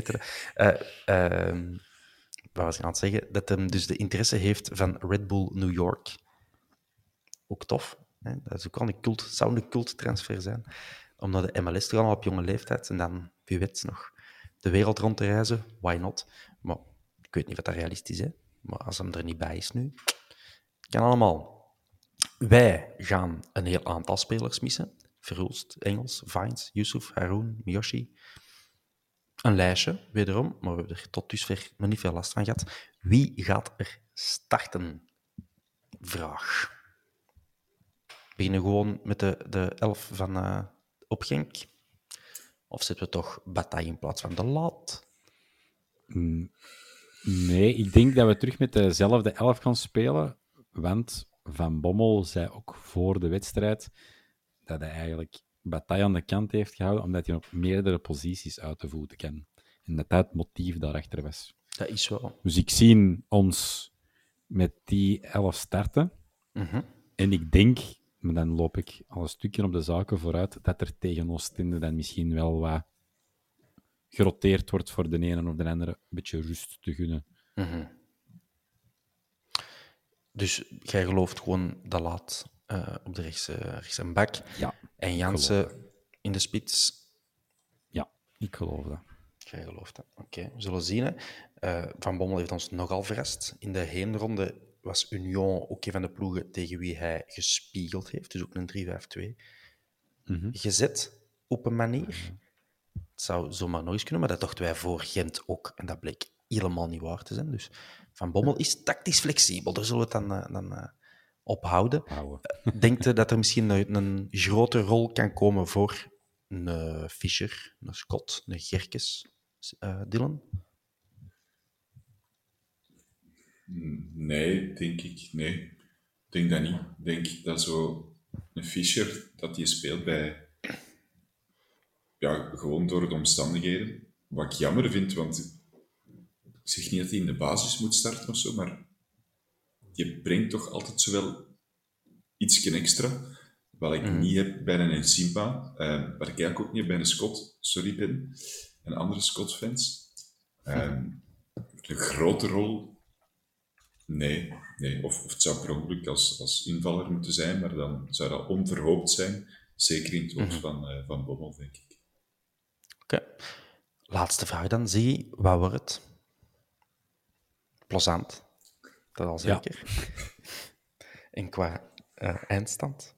Wat was ik aan het zeggen? Dat hem dus de interesse heeft van Red Bull New York. Ook tof. Hè? Dat is ook al zou een culttransfer zijn. Om naar de MLS te gaan al op jonge leeftijd. En dan, wie weet, nog de wereld rond te reizen. Why not? Maar ik weet niet of dat realistisch is. Hè? Maar als hem er niet bij is nu... Kan allemaal. Wij gaan een heel aantal spelers missen. Verhulst, Engels, Vines, Yusuf, Haroun, Miyoshi. Een lijstje, wederom, maar we hebben er tot dusver nog niet veel last van gehad. Wie gaat er starten? Vraag. We beginnen gewoon met de 11 van op Genk. Of zetten we toch Bataille in plaats van de Laat? Nee, ik denk dat we terug met dezelfde 11 gaan spelen. Want Van Bommel zei ook voor de wedstrijd dat hij eigenlijk Bataille aan de kant heeft gehouden, omdat hij op meerdere posities uit de voeten kan. En dat het motief daarachter was. Dat is wel. Dus ik zie ons met die 11 starten. En ik denk, maar dan loop ik al een stukje op de zaken vooruit, dat er tegen Oostende dan misschien wel wat geroteerd wordt voor de ene of de andere een beetje rust te gunnen. Dus jij gelooft gewoon De Laat op de rechts en bak. Ja, En Jansen in de spits. ja, ik geloof dat. Jij gelooft dat. Oké, we zullen zien. Hè. Van Bommel heeft ons nogal verrast. In de heenronde was Union ook een van de ploegen tegen wie hij gespiegeld heeft. Dus ook een 3-5-2 gezet op een manier. Het zou zomaar nog eens kunnen, maar dat dachten wij voor Gent ook. En dat bleek helemaal niet waar te zijn. Dus Van Bommel is tactisch flexibel. Daar zullen we het dan op houden. Denkt u dat er misschien een grote rol kan komen voor een Fischer, een Scott, een Gerkes, Dylan? Nee, denk ik. Nee, ik denk dat niet. Ik denk dat zo een Fischer, dat die speelt bij... Ja, gewoon door de omstandigheden. Wat ik jammer vind, want ik zeg niet dat hij in de basis moet starten of zo, maar je brengt toch altijd zowel iets extra, wat ik niet heb bij een Simba, wat ik eigenlijk ook niet heb bij een Scott, sorry Ben, en andere Scott-fans. Een grote rol, nee. Of het zou per ongeluk als invaller moeten zijn, maar dan zou dat onverhoopt zijn, zeker in het hoofd van Bommel, denk ik. Oké. Laatste vraag dan. Zie, wat wordt het? Plezant. Dat al zeker. Ja. En qua eindstand?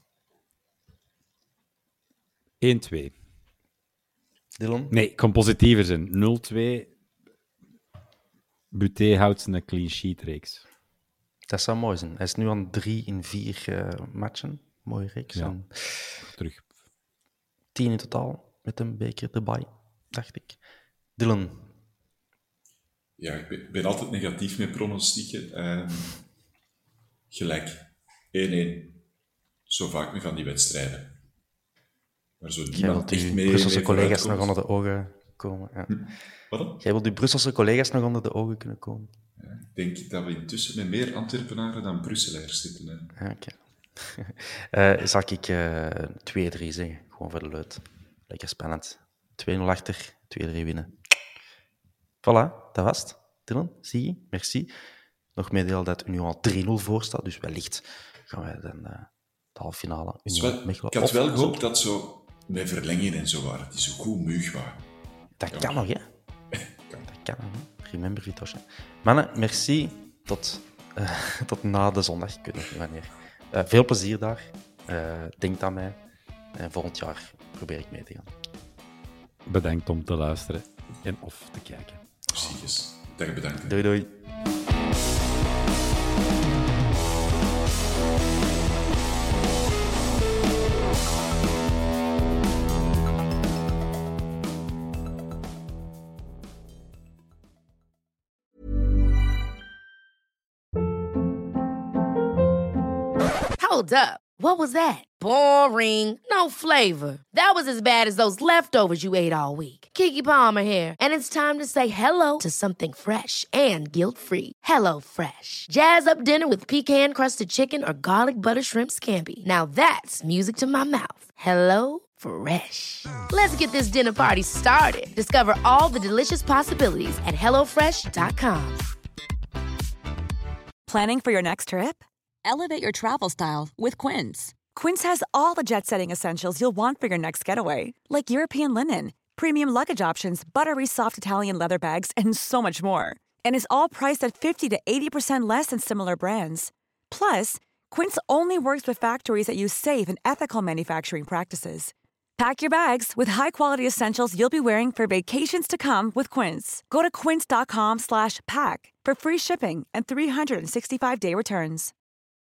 1-2. Dylan? Nee, ik kan positiever zijn. 0-2. Buté houdt een clean sheet reeks. Dat zou mooi zijn. Hij is nu aan 3 in 4 matchen. Mooie reeks. Ja. En Terug. 10 in totaal met een beker erbij, dacht ik. Dylan? Ja, ik ben altijd negatief met pronostieken. Gelijk. 1-1. Zo vaak meer van die wedstrijden. Maar zo Jij wilt echt uw mee Brusselse collega's vooruitkomt. nog onder de ogen komen. Ja. Wat dan? Jij wilt uw Brusselse collega's nog onder de ogen kunnen komen. Ik denk dat we intussen met meer Antwerpenaren dan Brusselaars zitten. Hè. Ja, oké. Zal ik 2-3 zeggen? Gewoon voor de leut. Lekker spannend. 2-0 achter, 2-3 winnen. Voilà, dat was het. Dylan, zie je, merci. Nog meedelen dat Union al 3-0 voor staat, dus wellicht gaan wij dan de halve finale Union Mechelen. Ik had wel gehoopt dat zo met verlengingen en zo waren. Het is zo goed muug waren. Dat kan nog, hè? Dat kan nog, hè? Remember Vitosje. Mannen, merci. Tot na de zondag. Ik weet nog niet wanneer. Veel plezier daar. Denk aan mij. En volgend jaar probeer ik mee te gaan. Bedankt om te luisteren en of te kijken. Precies. Dag bedankt. Doei, doei. Hold up. What was that? Boring. No flavor. That was as bad as those leftovers you ate all week. Keke Palmer here, and it's time to say hello to something fresh and guilt-free. Hello Fresh. Jazz up dinner with pecan-crusted chicken or garlic butter shrimp scampi. Now that's music to my mouth. Hello Fresh. Let's get this dinner party started. Discover all the delicious possibilities at hellofresh.com. Planning for your next trip? Elevate your travel style with Quince. Quince has all the jet-setting essentials you'll want for your next getaway, like European linen, premium luggage options, buttery soft Italian leather bags, and so much more. And is all priced at 50 to 80% less than similar brands. Plus, Quince only works with factories that use safe and ethical manufacturing practices. Pack your bags with high-quality essentials you'll be wearing for vacations to come with Quince. Go to quince.com/pack for free shipping and 365-day returns.